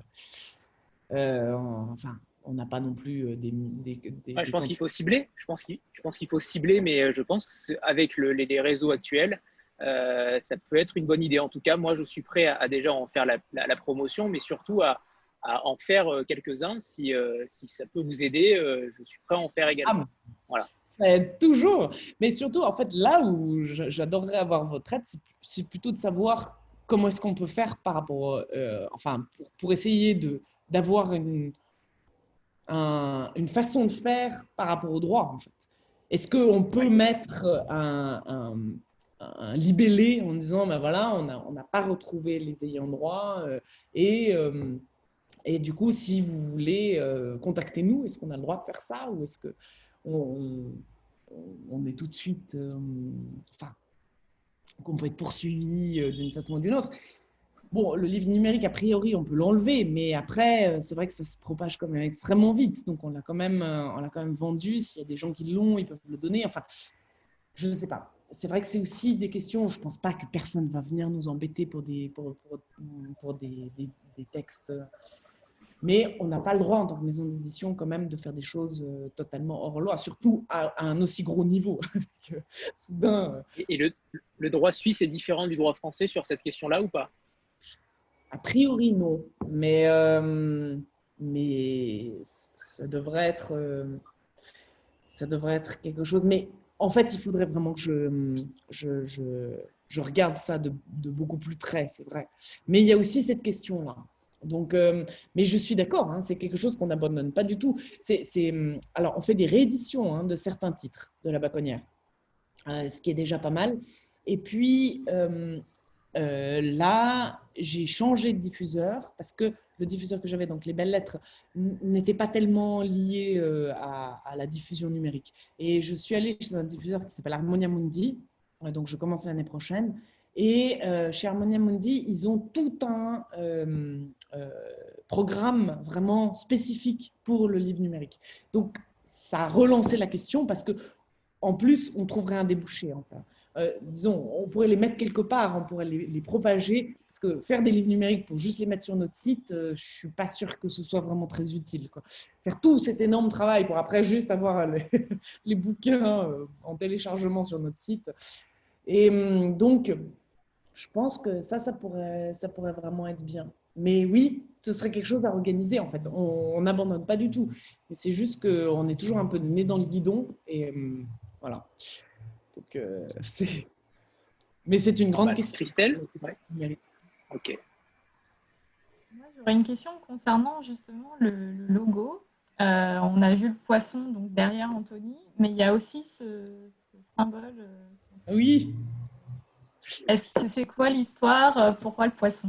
on n'a pas non plus je pense qu'il faut cibler. Je pense qu'il faut cibler, mais je pense qu'avec les réseaux actuels, ça peut être une bonne idée. En tout cas, moi, je suis prêt à déjà en faire la promotion, mais surtout à en faire quelques-uns. Si ça peut vous aider, je suis prêt à en faire également. Voilà. Ça aide toujours. Mais surtout, en fait, là où j'adorerais avoir votre aide, c'est plutôt de savoir comment est-ce qu'on peut faire par rapport, pour essayer d'avoir une façon de faire par rapport au droit, en fait. Est-ce qu'on peut mettre un libellé en disant, ben voilà, on n'a pas retrouvé les ayants droit et du coup, si vous voulez, contactez-nous. Est-ce qu'on a le droit de faire ça ou est-ce qu'on est tout de suite, qu'on peut être poursuivi d'une façon ou d'une autre? Bon, le livre numérique, a priori, on peut l'enlever, mais après, c'est vrai que ça se propage quand même extrêmement vite. Donc, on l'a quand même vendu. S'il y a des gens qui l'ont, ils peuvent le donner. Enfin, je ne sais pas. C'est vrai que c'est aussi des questions. Je ne pense pas que personne va venir nous embêter pour des textes. Mais on n'a pas le droit, en tant que maison d'édition, quand même, de faire des choses totalement hors loi, surtout à un aussi gros niveau. Soudain. Et le droit suisse est différent du droit français sur cette question-là ou pas? A priori, non. Mais ça devrait être quelque chose. Mais en fait, il faudrait vraiment que je regarde ça de beaucoup plus près, c'est vrai. Mais il y a aussi cette question-là. Donc, mais je suis d'accord, hein, c'est quelque chose qu'on n'abandonne pas du tout. Alors, on fait des rééditions, hein, de certains titres de La Baconnière, ce qui est déjà pas mal. Et puis, là, j'ai changé de diffuseur parce que le diffuseur que j'avais, donc Les Belles Lettres, n'était pas tellement lié à la diffusion numérique. Et je suis allée chez un diffuseur qui s'appelle Harmonia Mundi, donc je commence l'année prochaine. Et chez Harmonia Mundi, ils ont tout un programme vraiment spécifique pour le livre numérique. Donc, ça a relancé la question parce que, en plus, on trouverait un débouché. Enfin. Disons, on pourrait les mettre quelque part, on pourrait les propager, parce que faire des livres numériques pour juste les mettre sur notre site, je ne suis pas sûre que ce soit vraiment très utile, quoi. Faire tout cet énorme travail pour après juste avoir les bouquins en téléchargement sur notre site. Et donc, je pense que ça pourrait vraiment être bien. Mais oui, ce serait quelque chose à organiser, en fait. On n'abandonne pas du tout. Mais c'est juste qu'on est toujours un peu nez dans le guidon. Et voilà. Donc, mais c'est une grande question. Christelle? Ouais. Ok. Moi, j'aurais une question concernant justement le logo. On a vu le poisson donc derrière Anthony, mais il y a aussi ce symbole. Oui. C'est quoi l'histoire? Pourquoi le poisson?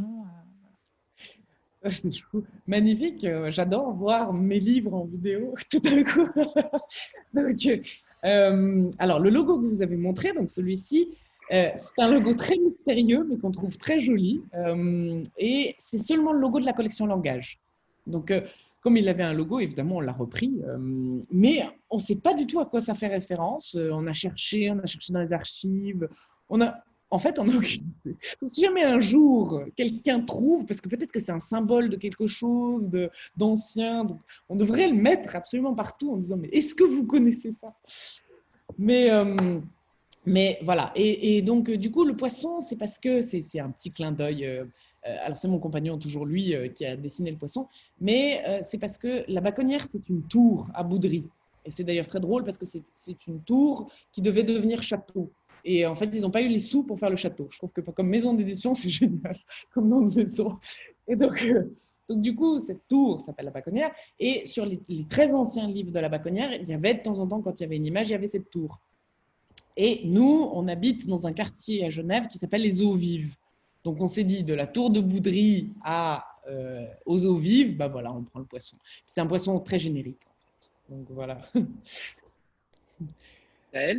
C'est magnifique. J'adore voir mes livres en vidéo tout d'un coup. Donc, alors, le logo que vous avez montré, donc celui-ci, c'est un logo très mystérieux, mais qu'on trouve très joli. Et c'est seulement le logo de la collection Langage. Donc, comme il avait un logo, évidemment, on l'a repris. Mais on ne sait pas du tout à quoi ça fait référence. On a cherché dans les archives. En fait, on n'a aucune idée. Donc, si jamais un jour, quelqu'un trouve, parce que peut-être que c'est un symbole de quelque chose d'ancien, donc on devrait le mettre absolument partout en disant « Mais est-ce que vous connaissez ça ?» Mais voilà. Et donc, du coup, le poisson, c'est parce que c'est un petit clin d'œil. Alors, c'est mon compagnon, toujours lui, qui a dessiné le poisson. Mais c'est parce que la Baconnière, c'est une tour à Boudry. Et c'est d'ailleurs très drôle parce que c'est une tour qui devait devenir château. Et en fait, ils n'ont pas eu les sous pour faire le château. Je trouve que comme maison d'édition, c'est génial, comme nom de maison. Et donc, du coup, cette tour s'appelle la Baconnière. Et sur les très anciens livres de la Baconnière, il y avait de temps en temps, quand il y avait une image, il y avait cette tour. Et nous, on habite dans un quartier à Genève qui s'appelle les Eaux Vives. Donc, on s'est dit, de la tour de Boudry aux Eaux Vives, bah voilà, on prend le poisson. C'est un poisson très générique, en fait. Donc, voilà. Gaëlle?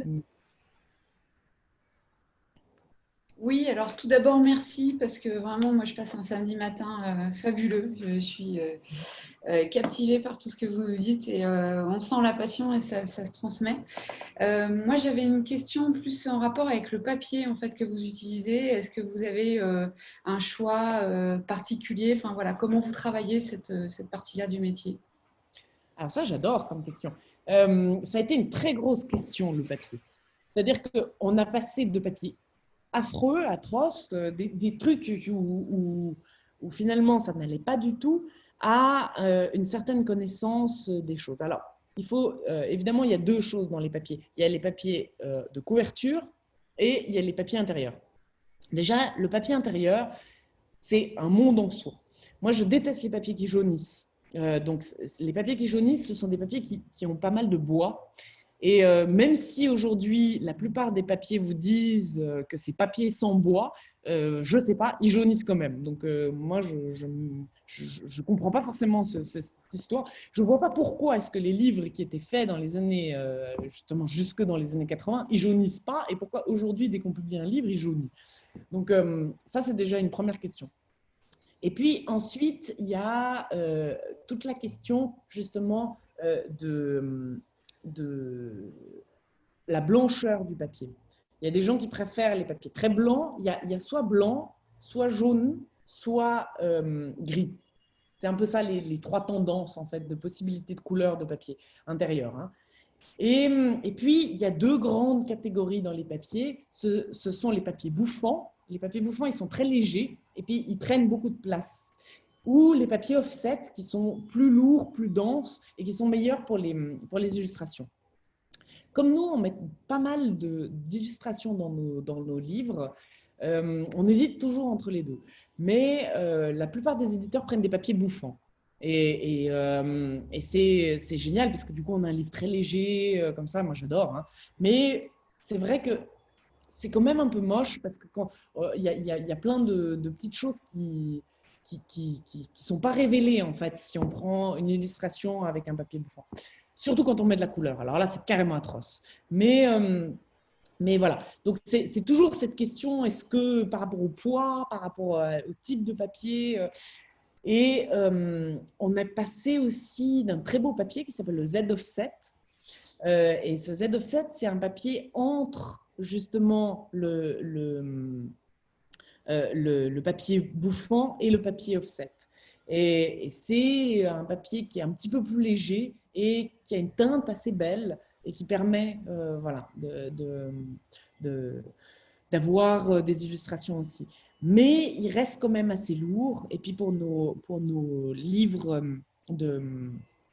Oui, alors tout d'abord, merci parce que vraiment, moi, je passe un samedi matin fabuleux. Je suis captivée par tout ce que vous nous dites et on sent la passion et ça se transmet. Moi, j'avais une question plus en rapport avec le papier en fait, que vous utilisez. Est-ce que vous avez un choix particulier? Enfin, voilà, comment vous travaillez cette partie-là du métier? Alors ça, j'adore comme question. Ça a été une très grosse question, le papier. C'est-à-dire qu'on a passé de papier affreux, atroce, des trucs où finalement ça n'allait pas du tout, à une certaine connaissance des choses. Alors, évidemment, il y a deux choses dans les papiers. Il y a les papiers de couverture et il y a les papiers intérieurs. Déjà, le papier intérieur, c'est un monde en soi. Moi, je déteste les papiers qui jaunissent. Donc, les papiers qui jaunissent, ce sont des papiers qui ont pas mal de bois. Et même si aujourd'hui, la plupart des papiers vous disent que c'est papier sans bois, je ne sais pas, ils jaunissent quand même. Donc, moi, je ne comprends pas forcément cette histoire. Je ne vois pas pourquoi est-ce que les livres qui étaient faits dans les années, justement jusque dans les années 80, ils jaunissent pas, et pourquoi aujourd'hui, dès qu'on publie un livre, il jaunit. Donc, ça, c'est déjà une première question. Et puis ensuite, il y a toute la question justement de la blancheur du papier. Il y a des gens qui préfèrent les papiers très blancs. Il y a soit blanc, soit jaune, soit gris. C'est un peu ça les trois tendances en fait de possibilités de couleur de papier intérieur. Hein. Et puis, il y a deux grandes catégories dans les papiers. Ce sont les papiers bouffants. Les papiers bouffants, ils sont très légers et puis ils prennent beaucoup de place. Ou les papiers offset qui sont plus lourds, plus denses et qui sont meilleurs pour les illustrations. Comme nous, on met pas mal d'illustrations dans nos livres, on hésite toujours entre les deux. Mais la plupart des éditeurs prennent des papiers bouffants. Et c'est génial parce que du coup, on a un livre très léger, comme ça, moi j'adore. Hein. Mais c'est vrai que c'est quand même un peu moche parce que il y a plein de petites choses qui sont pas révélées en fait si on prend une illustration avec un papier bouffant. Surtout quand on met de la couleur. Alors là, c'est carrément atroce. Mais voilà, donc c'est toujours cette question, est-ce que par rapport au poids, par rapport au type de papier, et on est passé aussi d'un très beau papier qui s'appelle le Z-Offset. Et ce Z-Offset, c'est un papier entre justement le papier bouffant et le papier offset. Et c'est un papier qui est un petit peu plus léger et qui a une teinte assez belle et qui permet voilà, d'avoir des illustrations aussi. Mais il reste quand même assez lourd. Et puis pour nos livres de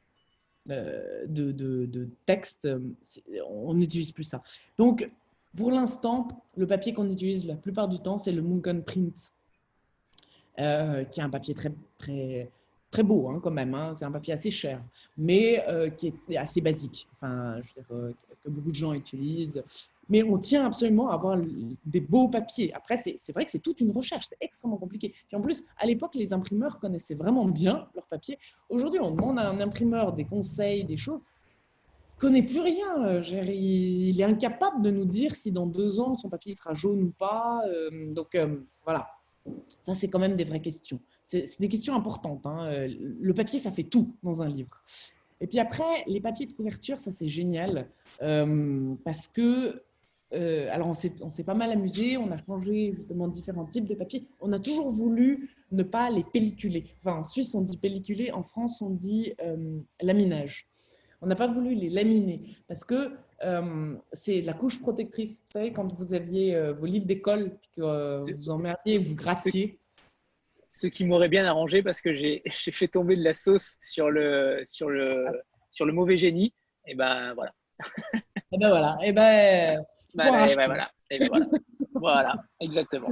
texte, on n'utilise plus ça. Donc, pour l'instant, le papier qu'on utilise la plupart du temps, c'est le Munken Print, qui est un papier très beau hein, quand même. Hein. C'est un papier assez cher, mais qui est assez basique. Enfin, je veux dire, que beaucoup de gens utilisent. Mais on tient absolument à avoir des beaux papiers. Après, c'est vrai que c'est toute une recherche, c'est extrêmement compliqué. Puis en plus, à l'époque, les imprimeurs connaissaient vraiment bien leur papier. Aujourd'hui, on demande à un imprimeur des conseils, des choses. Il ne connaît plus rien. Il est incapable de nous dire si dans 2 ans, son papier sera jaune ou pas. Donc, voilà. Ça, c'est quand même des vraies questions. C'est des questions importantes. Hein. Le papier, ça fait tout dans un livre. Et puis après, les papiers de couverture, ça, c'est génial. Parce que alors, on s'est pas mal amusé, on a changé justement différents types de papiers. On a toujours voulu ne pas les pelliculer. Enfin, en Suisse, on dit pelliculer, en France, on dit laminage. On n'a pas voulu les laminer parce que c'est la couche protectrice. Vous savez, quand vous aviez vos livres d'école, que vous emmerdiez, vous grassiez. Ce qui m'aurait bien arrangé parce que j'ai fait tomber de la sauce sur le mauvais génie. Et ben voilà. Et ben voilà. Et ben voilà. Voilà, exactement.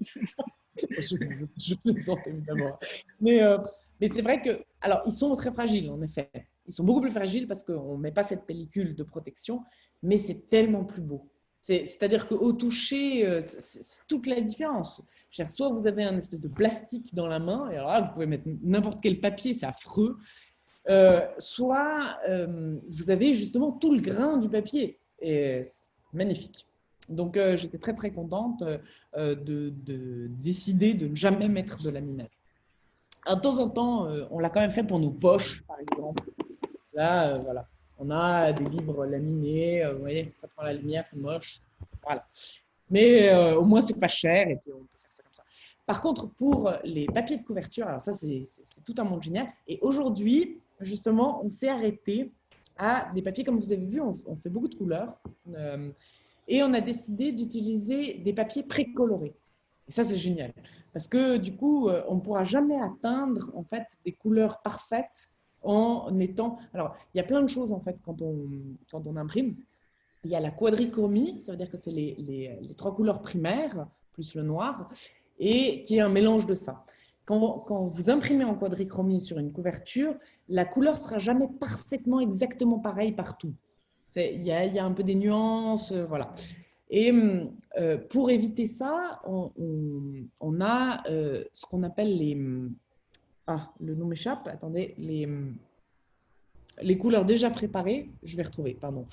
je plaisante évidemment. Mais c'est vrai que, alors, ils sont très fragiles, en effet. Ils sont beaucoup plus fragiles parce qu'on ne met pas cette pellicule de protection, mais c'est tellement plus beau. C'est-à-dire qu'au toucher, c'est toute la différence. Soit vous avez un espèce de plastique dans la main, et alors là, vous pouvez mettre n'importe quel papier, c'est affreux. Soit vous avez justement tout le grain du papier. Et c'est magnifique. Donc, j'étais très, très contente de décider de ne jamais mettre de laminage. Alors, de temps en temps, on l'a quand même fait pour nos poches, par exemple. Là, voilà, on a des livres laminés. Vous voyez, ça prend la lumière, c'est moche. Voilà. Mais au moins, c'est pas cher et puis on peut faire ça comme ça. Par contre, pour les papiers de couverture, alors ça, c'est tout un monde génial. Et aujourd'hui, justement, on s'est arrêté à des papiers, comme vous avez vu, on fait beaucoup de couleurs. Et on a décidé d'utiliser des papiers précolorés. Et ça, c'est génial. Parce que du coup, on ne pourra jamais atteindre en fait, des couleurs parfaites en étant… Alors, il y a plein de choses en fait quand on imprime. Il y a la quadrichromie, ça veut dire que c'est les 3 couleurs primaires, plus le noir, et qui est un mélange de ça. Quand vous imprimez en quadrichromie sur une couverture, la couleur ne sera jamais parfaitement, exactement pareille partout. Il y a un peu des nuances, voilà. Et pour éviter ça, on a ce qu'on appelle les… Ah, le nom m'échappe, attendez, les couleurs déjà préparées, je vais retrouver, pardon.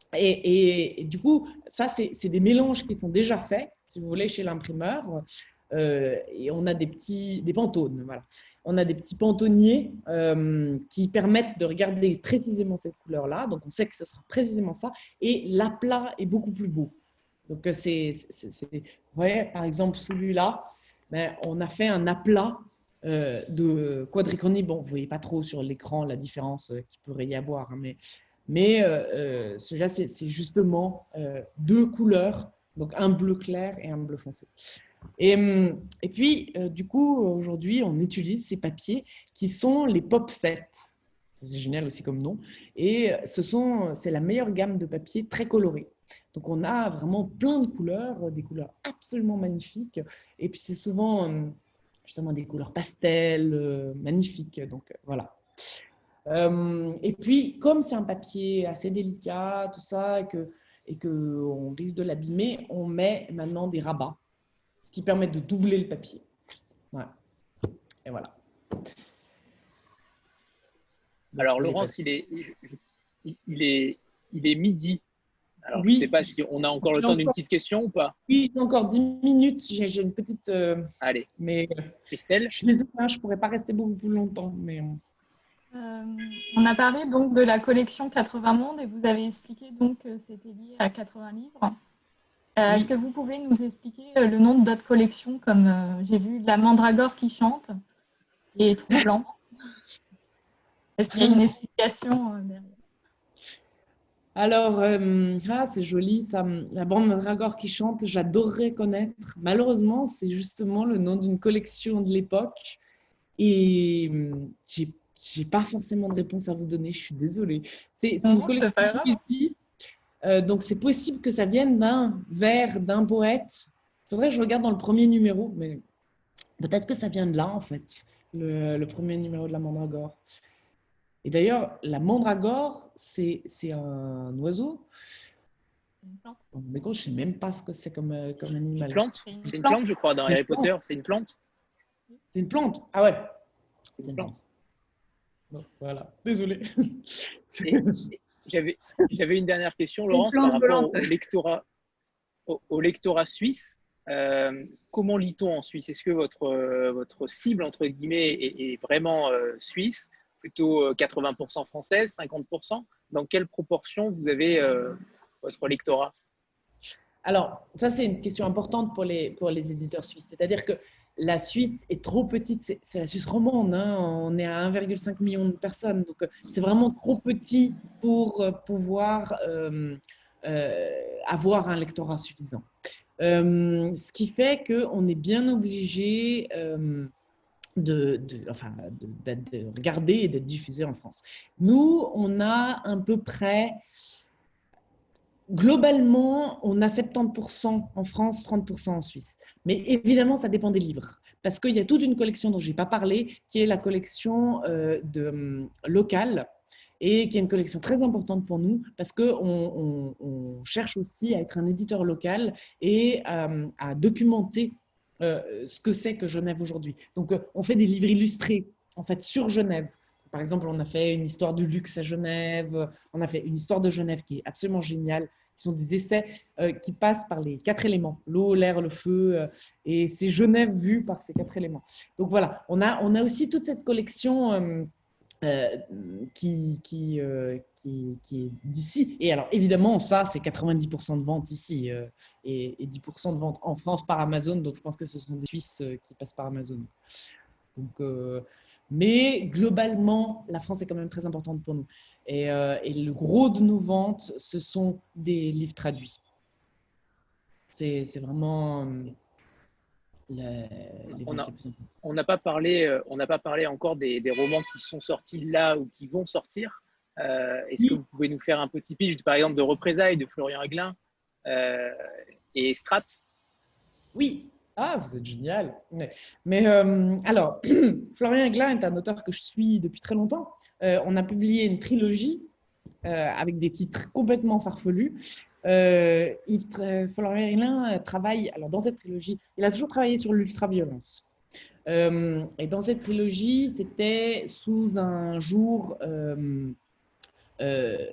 Et du coup, ça, c'est des mélanges qui sont déjà faits, si vous voulez, chez l'imprimeur. et on a des pantones. Voilà. On a des petits pantonniers qui permettent de regarder précisément cette couleur-là. Donc, on sait que ce sera précisément ça. Et l'aplat est beaucoup plus beau. Donc, vous voyez, par exemple, celui-là, ben, on a fait un aplat de quadrichronie. Bon, vous ne voyez pas trop sur l'écran la différence qu'il pourrait y avoir, hein, mais celui-là, c'est justement deux couleurs, donc un bleu clair et un bleu foncé. Et puis, du coup, aujourd'hui, on utilise ces papiers qui sont les Pop-Set. C'est génial aussi comme nom. Et c'est la meilleure gamme de papiers très colorés. Donc, on a vraiment plein de couleurs, des couleurs absolument magnifiques. Et puis, c'est souvent justement des couleurs pastel, magnifiques. Donc, voilà. Et puis, comme c'est un papier assez délicat, tout ça, et qu'on risque de l'abîmer, on met maintenant des rabats, ce qui permet de doubler le papier. Ouais. Et voilà. Alors, Laurence, il est midi. Alors, oui. Je ne sais pas si on a encore le temps d'une petite question ou pas. Oui, j'ai encore 10 minutes. J'ai une petite… Allez. Mais Christelle, je suis désolée, je ne pourrais pas rester beaucoup plus longtemps. Mais… on a parlé donc de la collection 80 mondes et vous avez expliqué donc que c'était lié à 80 livres. Oui. Est-ce que vous pouvez nous expliquer le nom de d'autres collections, comme j'ai vu La Mandragore qui chante et Troublant? Est-ce qu'il y a une explication derrière? Alors, c'est joli, ça. La Mandragore qui chante, j'adorerais connaître. Malheureusement, c'est justement le nom d'une collection de l'époque. Et j'ai pas forcément de réponse à vous donner, je suis désolée. C'est une collection de poésie. Donc, c'est possible que ça vienne d'un vers, d'un poète. Il faudrait que je regarde dans le premier numéro, mais peut-être que ça vient de là, en fait, le premier numéro de la Mandragore. Et d'ailleurs, la mandragore, c'est un oiseau. Mais je ne sais même pas ce que c'est comme animal. Une plante. C'est une plante, je crois, dans Harry Potter. C'est une plante. C'est une plante. Ah ouais. C'est une plante. Bon, voilà. Désolé. J'avais une dernière question, Laurence, par rapport au lectorat suisse. Comment lit-on en Suisse? Est-ce que votre cible, entre guillemets, est vraiment suisse? Plutôt 80% française, 50%? Dans quelle proportion vous avez votre lectorat? Alors, ça, c'est une question importante pour les éditeurs suisses. C'est-à-dire que la Suisse est trop petite. C'est la Suisse romande. Hein. On est à 1,5 million de personnes. Donc, c'est vraiment trop petit pour pouvoir avoir un lectorat suffisant. Ce qui fait qu'on est bien obligé de regarder et d'être diffusé en France. Nous, on a à peu près, globalement, on a 70% en France, 30% en Suisse. Mais évidemment, ça dépend des livres. Parce qu'il y a toute une collection dont je n'ai pas parlé, qui est la collection locale, et qui est une collection très importante pour nous, parce qu'on cherche aussi à être un éditeur local et à documenter ce que c'est que Genève aujourd'hui. Donc, on fait des livres illustrés, en fait, sur Genève. Par exemple, on a fait une histoire du luxe à Genève, on a fait une histoire de Genève qui est absolument géniale. Ce sont des essais qui passent par les 4 éléments, l'eau, l'air, le feu, et c'est Genève vue par ces 4 éléments. Donc voilà, on a aussi toute cette collection qui est d'ici. Et alors, évidemment, ça, c'est 90% de ventes ici et 10% de ventes en France par Amazon. Donc, je pense que ce sont des Suisses qui passent par Amazon. Donc, mais globalement, la France est quand même très importante pour nous. Et le gros de nos ventes, ce sont des livres traduits. C'est vraiment… On n'a pas parlé encore des romans qui sont sortis là ou qui vont sortir. Est-ce que vous pouvez nous faire un petit pitch, par exemple, de Représailles de Florian Heglin et Strat? Oui. Ah, vous êtes génial. Mais alors, Florian Heglin est un auteur que je suis depuis très longtemps. On a publié une trilogie avec des titres complètement farfelus. Florian Heglin travaille, alors dans cette trilogie, il a toujours travaillé sur l'ultraviolence. Et dans cette trilogie, c'était sous un jour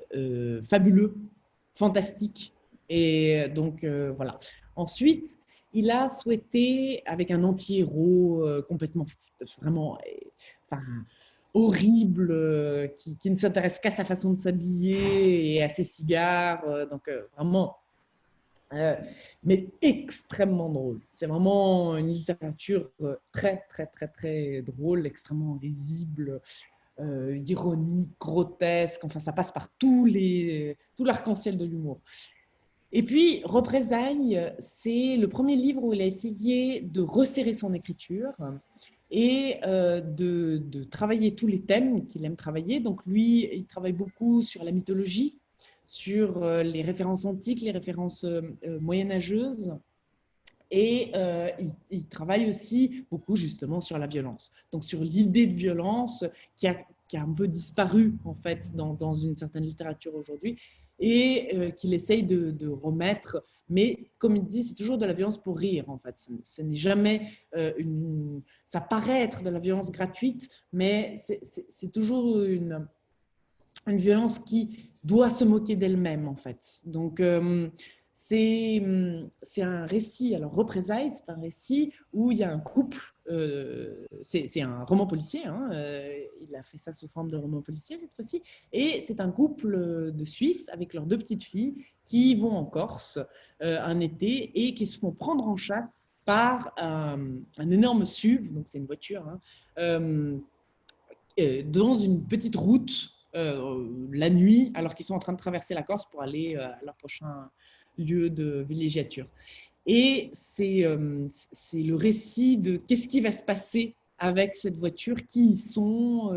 fabuleux, fantastique. Et donc, voilà. Ensuite, il a souhaité, avec un anti-héros complètement, vraiment, enfin, horrible, qui ne s'intéresse qu'à sa façon de s'habiller et à ses cigares, donc vraiment, mais extrêmement drôle. C'est vraiment une littérature très, très, très, très drôle, extrêmement lisible, ironique, grotesque, enfin ça passe par tout l'arc-en-ciel de l'humour. Et puis, Représailles, c'est le premier livre où il a essayé de resserrer son écriture et de travailler tous les thèmes qu'il aime travailler. Donc lui, il travaille beaucoup sur la mythologie, sur les références antiques, les références moyenâgeuses, et il travaille aussi beaucoup justement sur la violence. Donc sur l'idée de violence qui a un peu disparu en fait dans une certaine littérature aujourd'hui, et qu'il essaye de remettre. Mais comme il dit, c'est toujours de la violence pour rire en fait. Ce n'est jamais ça paraît être de la violence gratuite, mais c'est toujours une violence qui doit se moquer d'elle-même en fait. Donc c'est un récit, alors Représailles, c'est un récit où il y a un couple, c'est un roman policier, hein, il a fait ça sous forme de roman policier cette fois-ci, et c'est un couple de Suisses avec leurs 2 petites filles qui vont en Corse un été et qui se font prendre en chasse par un énorme SUV, donc c'est une voiture, hein, dans une petite route la nuit, alors qu'ils sont en train de traverser la Corse pour aller à leur prochain lieu de villégiature. Et c'est le récit de qu'est-ce qui va se passer avec cette voiture, qui ils sont,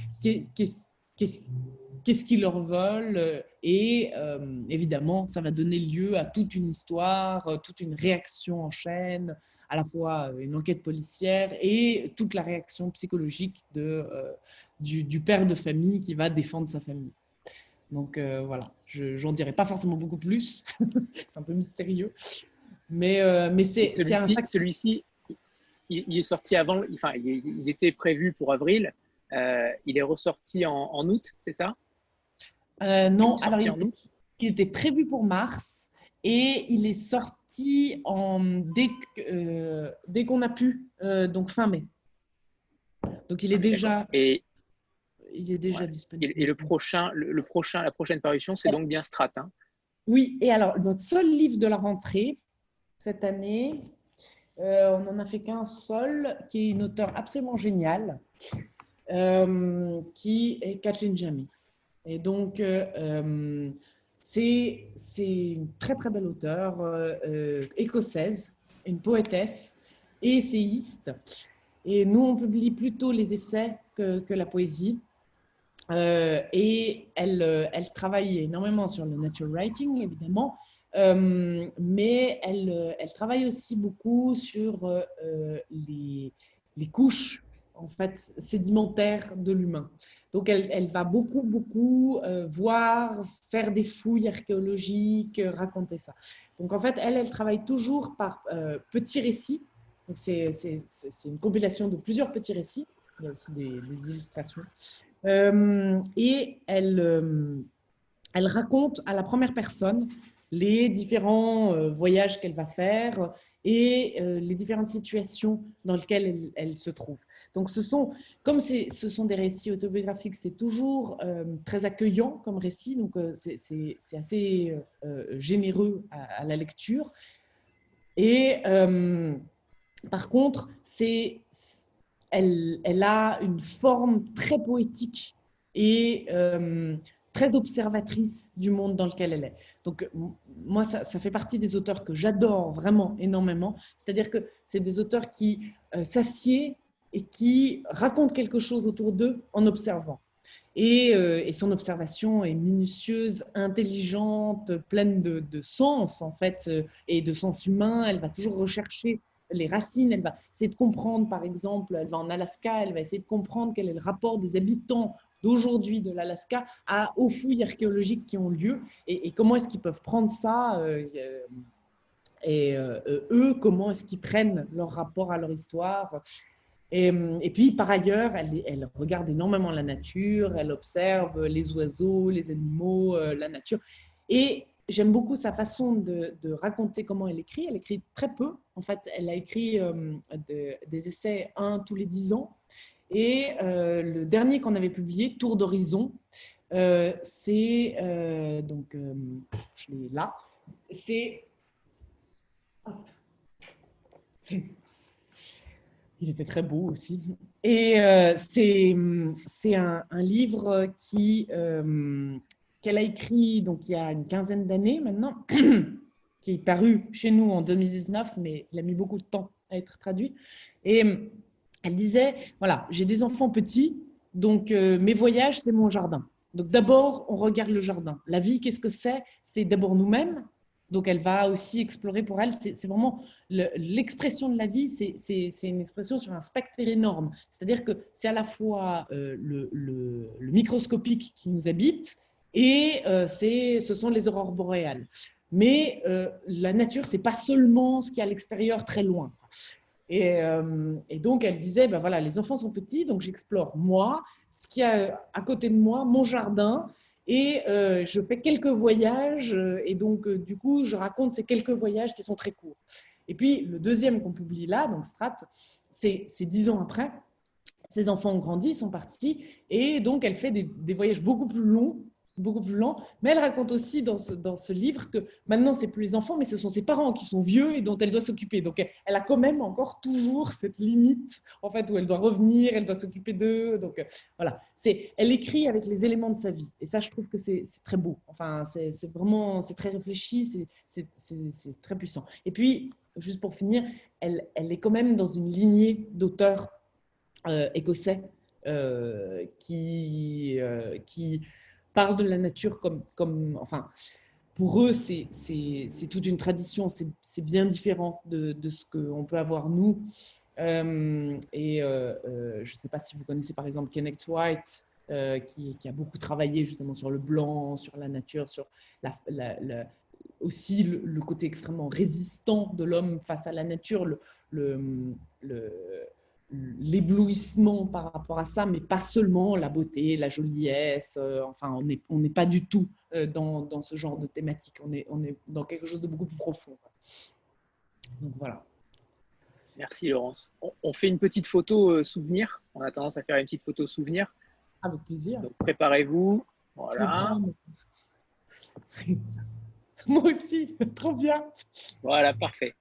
qu'est-ce qui leur vole, et évidemment, ça va donner lieu à toute une histoire, toute une réaction en chaîne, à la fois une enquête policière et toute la réaction psychologique du père de famille qui va défendre sa famille. Donc voilà, j'en dirai pas forcément beaucoup plus, c'est un peu mystérieux, mais c'est celui-ci, il est sorti avant, enfin il était prévu pour avril, il est ressorti en août, c'est ça? Non, alors il était prévu pour mars et il est sorti dès qu'on a pu, donc fin mai. Donc il est déjà... il est déjà disponible. Et la prochaine parution, c'est donc bien Strat. Hein. Oui, et alors, notre seul livre de la rentrée, cette année, on n'en a fait qu'un seul, qui est une auteure absolument géniale, qui est Kathleen Jamie. Et donc, c'est une très, très belle auteure écossaise, une poétesse et essayiste. Et nous, on publie plutôt les essais que la poésie. Et elle travaille énormément sur le nature writing, évidemment, mais elle travaille aussi beaucoup sur les couches en fait, sédimentaires de l'humain. Donc, elle va beaucoup voir, faire des fouilles archéologiques, raconter ça. Donc, en fait, elle travaille toujours par petits récits. Donc, c'est une compilation de plusieurs petits récits. Il y a aussi des illustrations. Et elle raconte à la première personne les différents voyages qu'elle va faire et les différentes situations dans lesquelles elle se trouve. Donc, comme ce sont des récits autobiographiques, c'est toujours très accueillant comme récit, donc c'est assez généreux à la lecture. Et par contre, elle a une forme très poétique et très observatrice du monde dans lequel elle est. Donc, moi, ça fait partie des auteurs que j'adore vraiment énormément. C'est-à-dire que c'est des auteurs qui s'assiedent et qui racontent quelque chose autour d'eux en observant. Et son observation est minutieuse, intelligente, pleine de sens, en fait, et de sens humain. Elle va toujours rechercher les racines, elle va essayer de comprendre, par exemple, elle va en Alaska, elle va essayer de comprendre quel est le rapport des habitants d'aujourd'hui de l'Alaska aux fouilles archéologiques qui ont lieu et comment est-ce qu'ils peuvent prendre ça et eux, comment est-ce qu'ils prennent leur rapport à leur histoire. Et puis, par ailleurs, elle regarde énormément la nature, elle observe les oiseaux, les animaux, la nature. Et j'aime beaucoup sa façon de raconter comment elle écrit. Elle écrit très peu. En fait, elle a écrit des essais, un tous les 10 ans. Et le dernier qu'on avait publié, Tour d'horizon, c'est, je l'ai là, c'est, il était très beau aussi. Et c'est un livre qu'elle a écrit donc, il y a une quinzaine d'années maintenant, qui est paru chez nous en 2019, mais il a mis beaucoup de temps à être traduit. Et elle disait, voilà, j'ai des enfants petits, donc mes voyages, c'est mon jardin. Donc d'abord, on regarde le jardin. La vie, qu'est-ce que c'est? C'est d'abord nous-mêmes. Donc elle va aussi explorer pour elle, c'est vraiment l'expression de la vie, c'est une expression sur un spectre énorme. C'est-à-dire que c'est à la fois le microscopique qui nous habite et ce sont les aurores boréales. Mais la nature, c'est pas seulement ce qui est à l'extérieur très loin. Et donc, elle disait, ben voilà, les enfants sont petits, donc j'explore moi, ce qu'il y a à côté de moi, mon jardin, et je fais quelques voyages, et donc, du coup, je raconte ces quelques voyages qui sont très courts. Et puis, le deuxième qu'on publie là, donc Strat, c'est 10 ans après, ses enfants ont grandi, sont partis, et donc, elle fait des voyages beaucoup plus longs, beaucoup plus lent, mais elle raconte aussi dans ce livre que maintenant, c'est plus les enfants, mais ce sont ses parents qui sont vieux et dont elle doit s'occuper. Donc, elle a quand même encore toujours cette limite, en fait, où elle doit revenir, elle doit s'occuper d'eux. Donc, voilà. Elle écrit avec les éléments de sa vie. Et ça, je trouve que c'est très beau. Enfin, c'est vraiment, c'est très réfléchi, c'est très puissant. Et puis, juste pour finir, elle est quand même dans une lignée d'auteurs écossais qui parlent de la nature enfin, pour eux, c'est toute une tradition, c'est bien différent de ce qu'on peut avoir nous. Je ne sais pas si vous connaissez par exemple Kenneth White, qui a beaucoup travaillé justement sur le blanc, sur la nature, sur aussi le côté extrêmement résistant de l'homme face à la nature, l'éblouissement par rapport à ça, mais pas seulement la beauté, la joliesse. Enfin, on n'est pas du tout dans ce genre de thématique. On est dans quelque chose de beaucoup plus profond. Donc voilà. Merci Laurence. On fait une petite photo souvenir. On a tendance à faire une petite photo souvenir. Avec plaisir. Donc préparez-vous. Voilà. Moi aussi, trop bien. Voilà, parfait.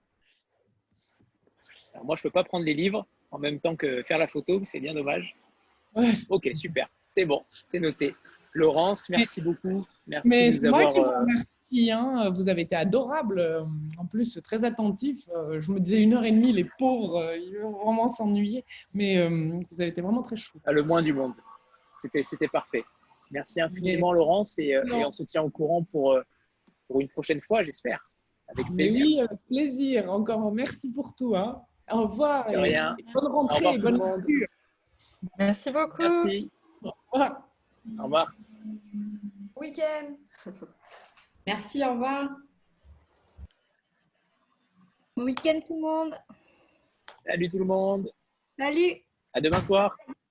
Alors moi, je ne peux pas prendre les livres en même temps que faire la photo, c'est bien dommage. Ouais. Ok, super. C'est bon, c'est noté. Laurence, merci beaucoup. Merci mais de nous avoir... moi qui vous remercie, hein. Vous avez été adorable, en plus très attentif. Je me disais 1h30, les pauvres, ils vont vraiment s'ennuyer. Mais vous avez été vraiment très chou. Le moins du monde. C'était parfait. Merci infiniment, Laurence, et on se tient au courant pour une prochaine fois, j'espère. Avec plaisir. Mais oui, avec plaisir. Encore merci pour tout. Hein. Au revoir. De rien. Et bonne rentrée. Au revoir, bonne tout le monde. lecture. Merci beaucoup. Merci. Au revoir. Au revoir. Week-end. Merci, au revoir. Bon week-end tout le monde. Salut tout le monde. Salut. À demain soir.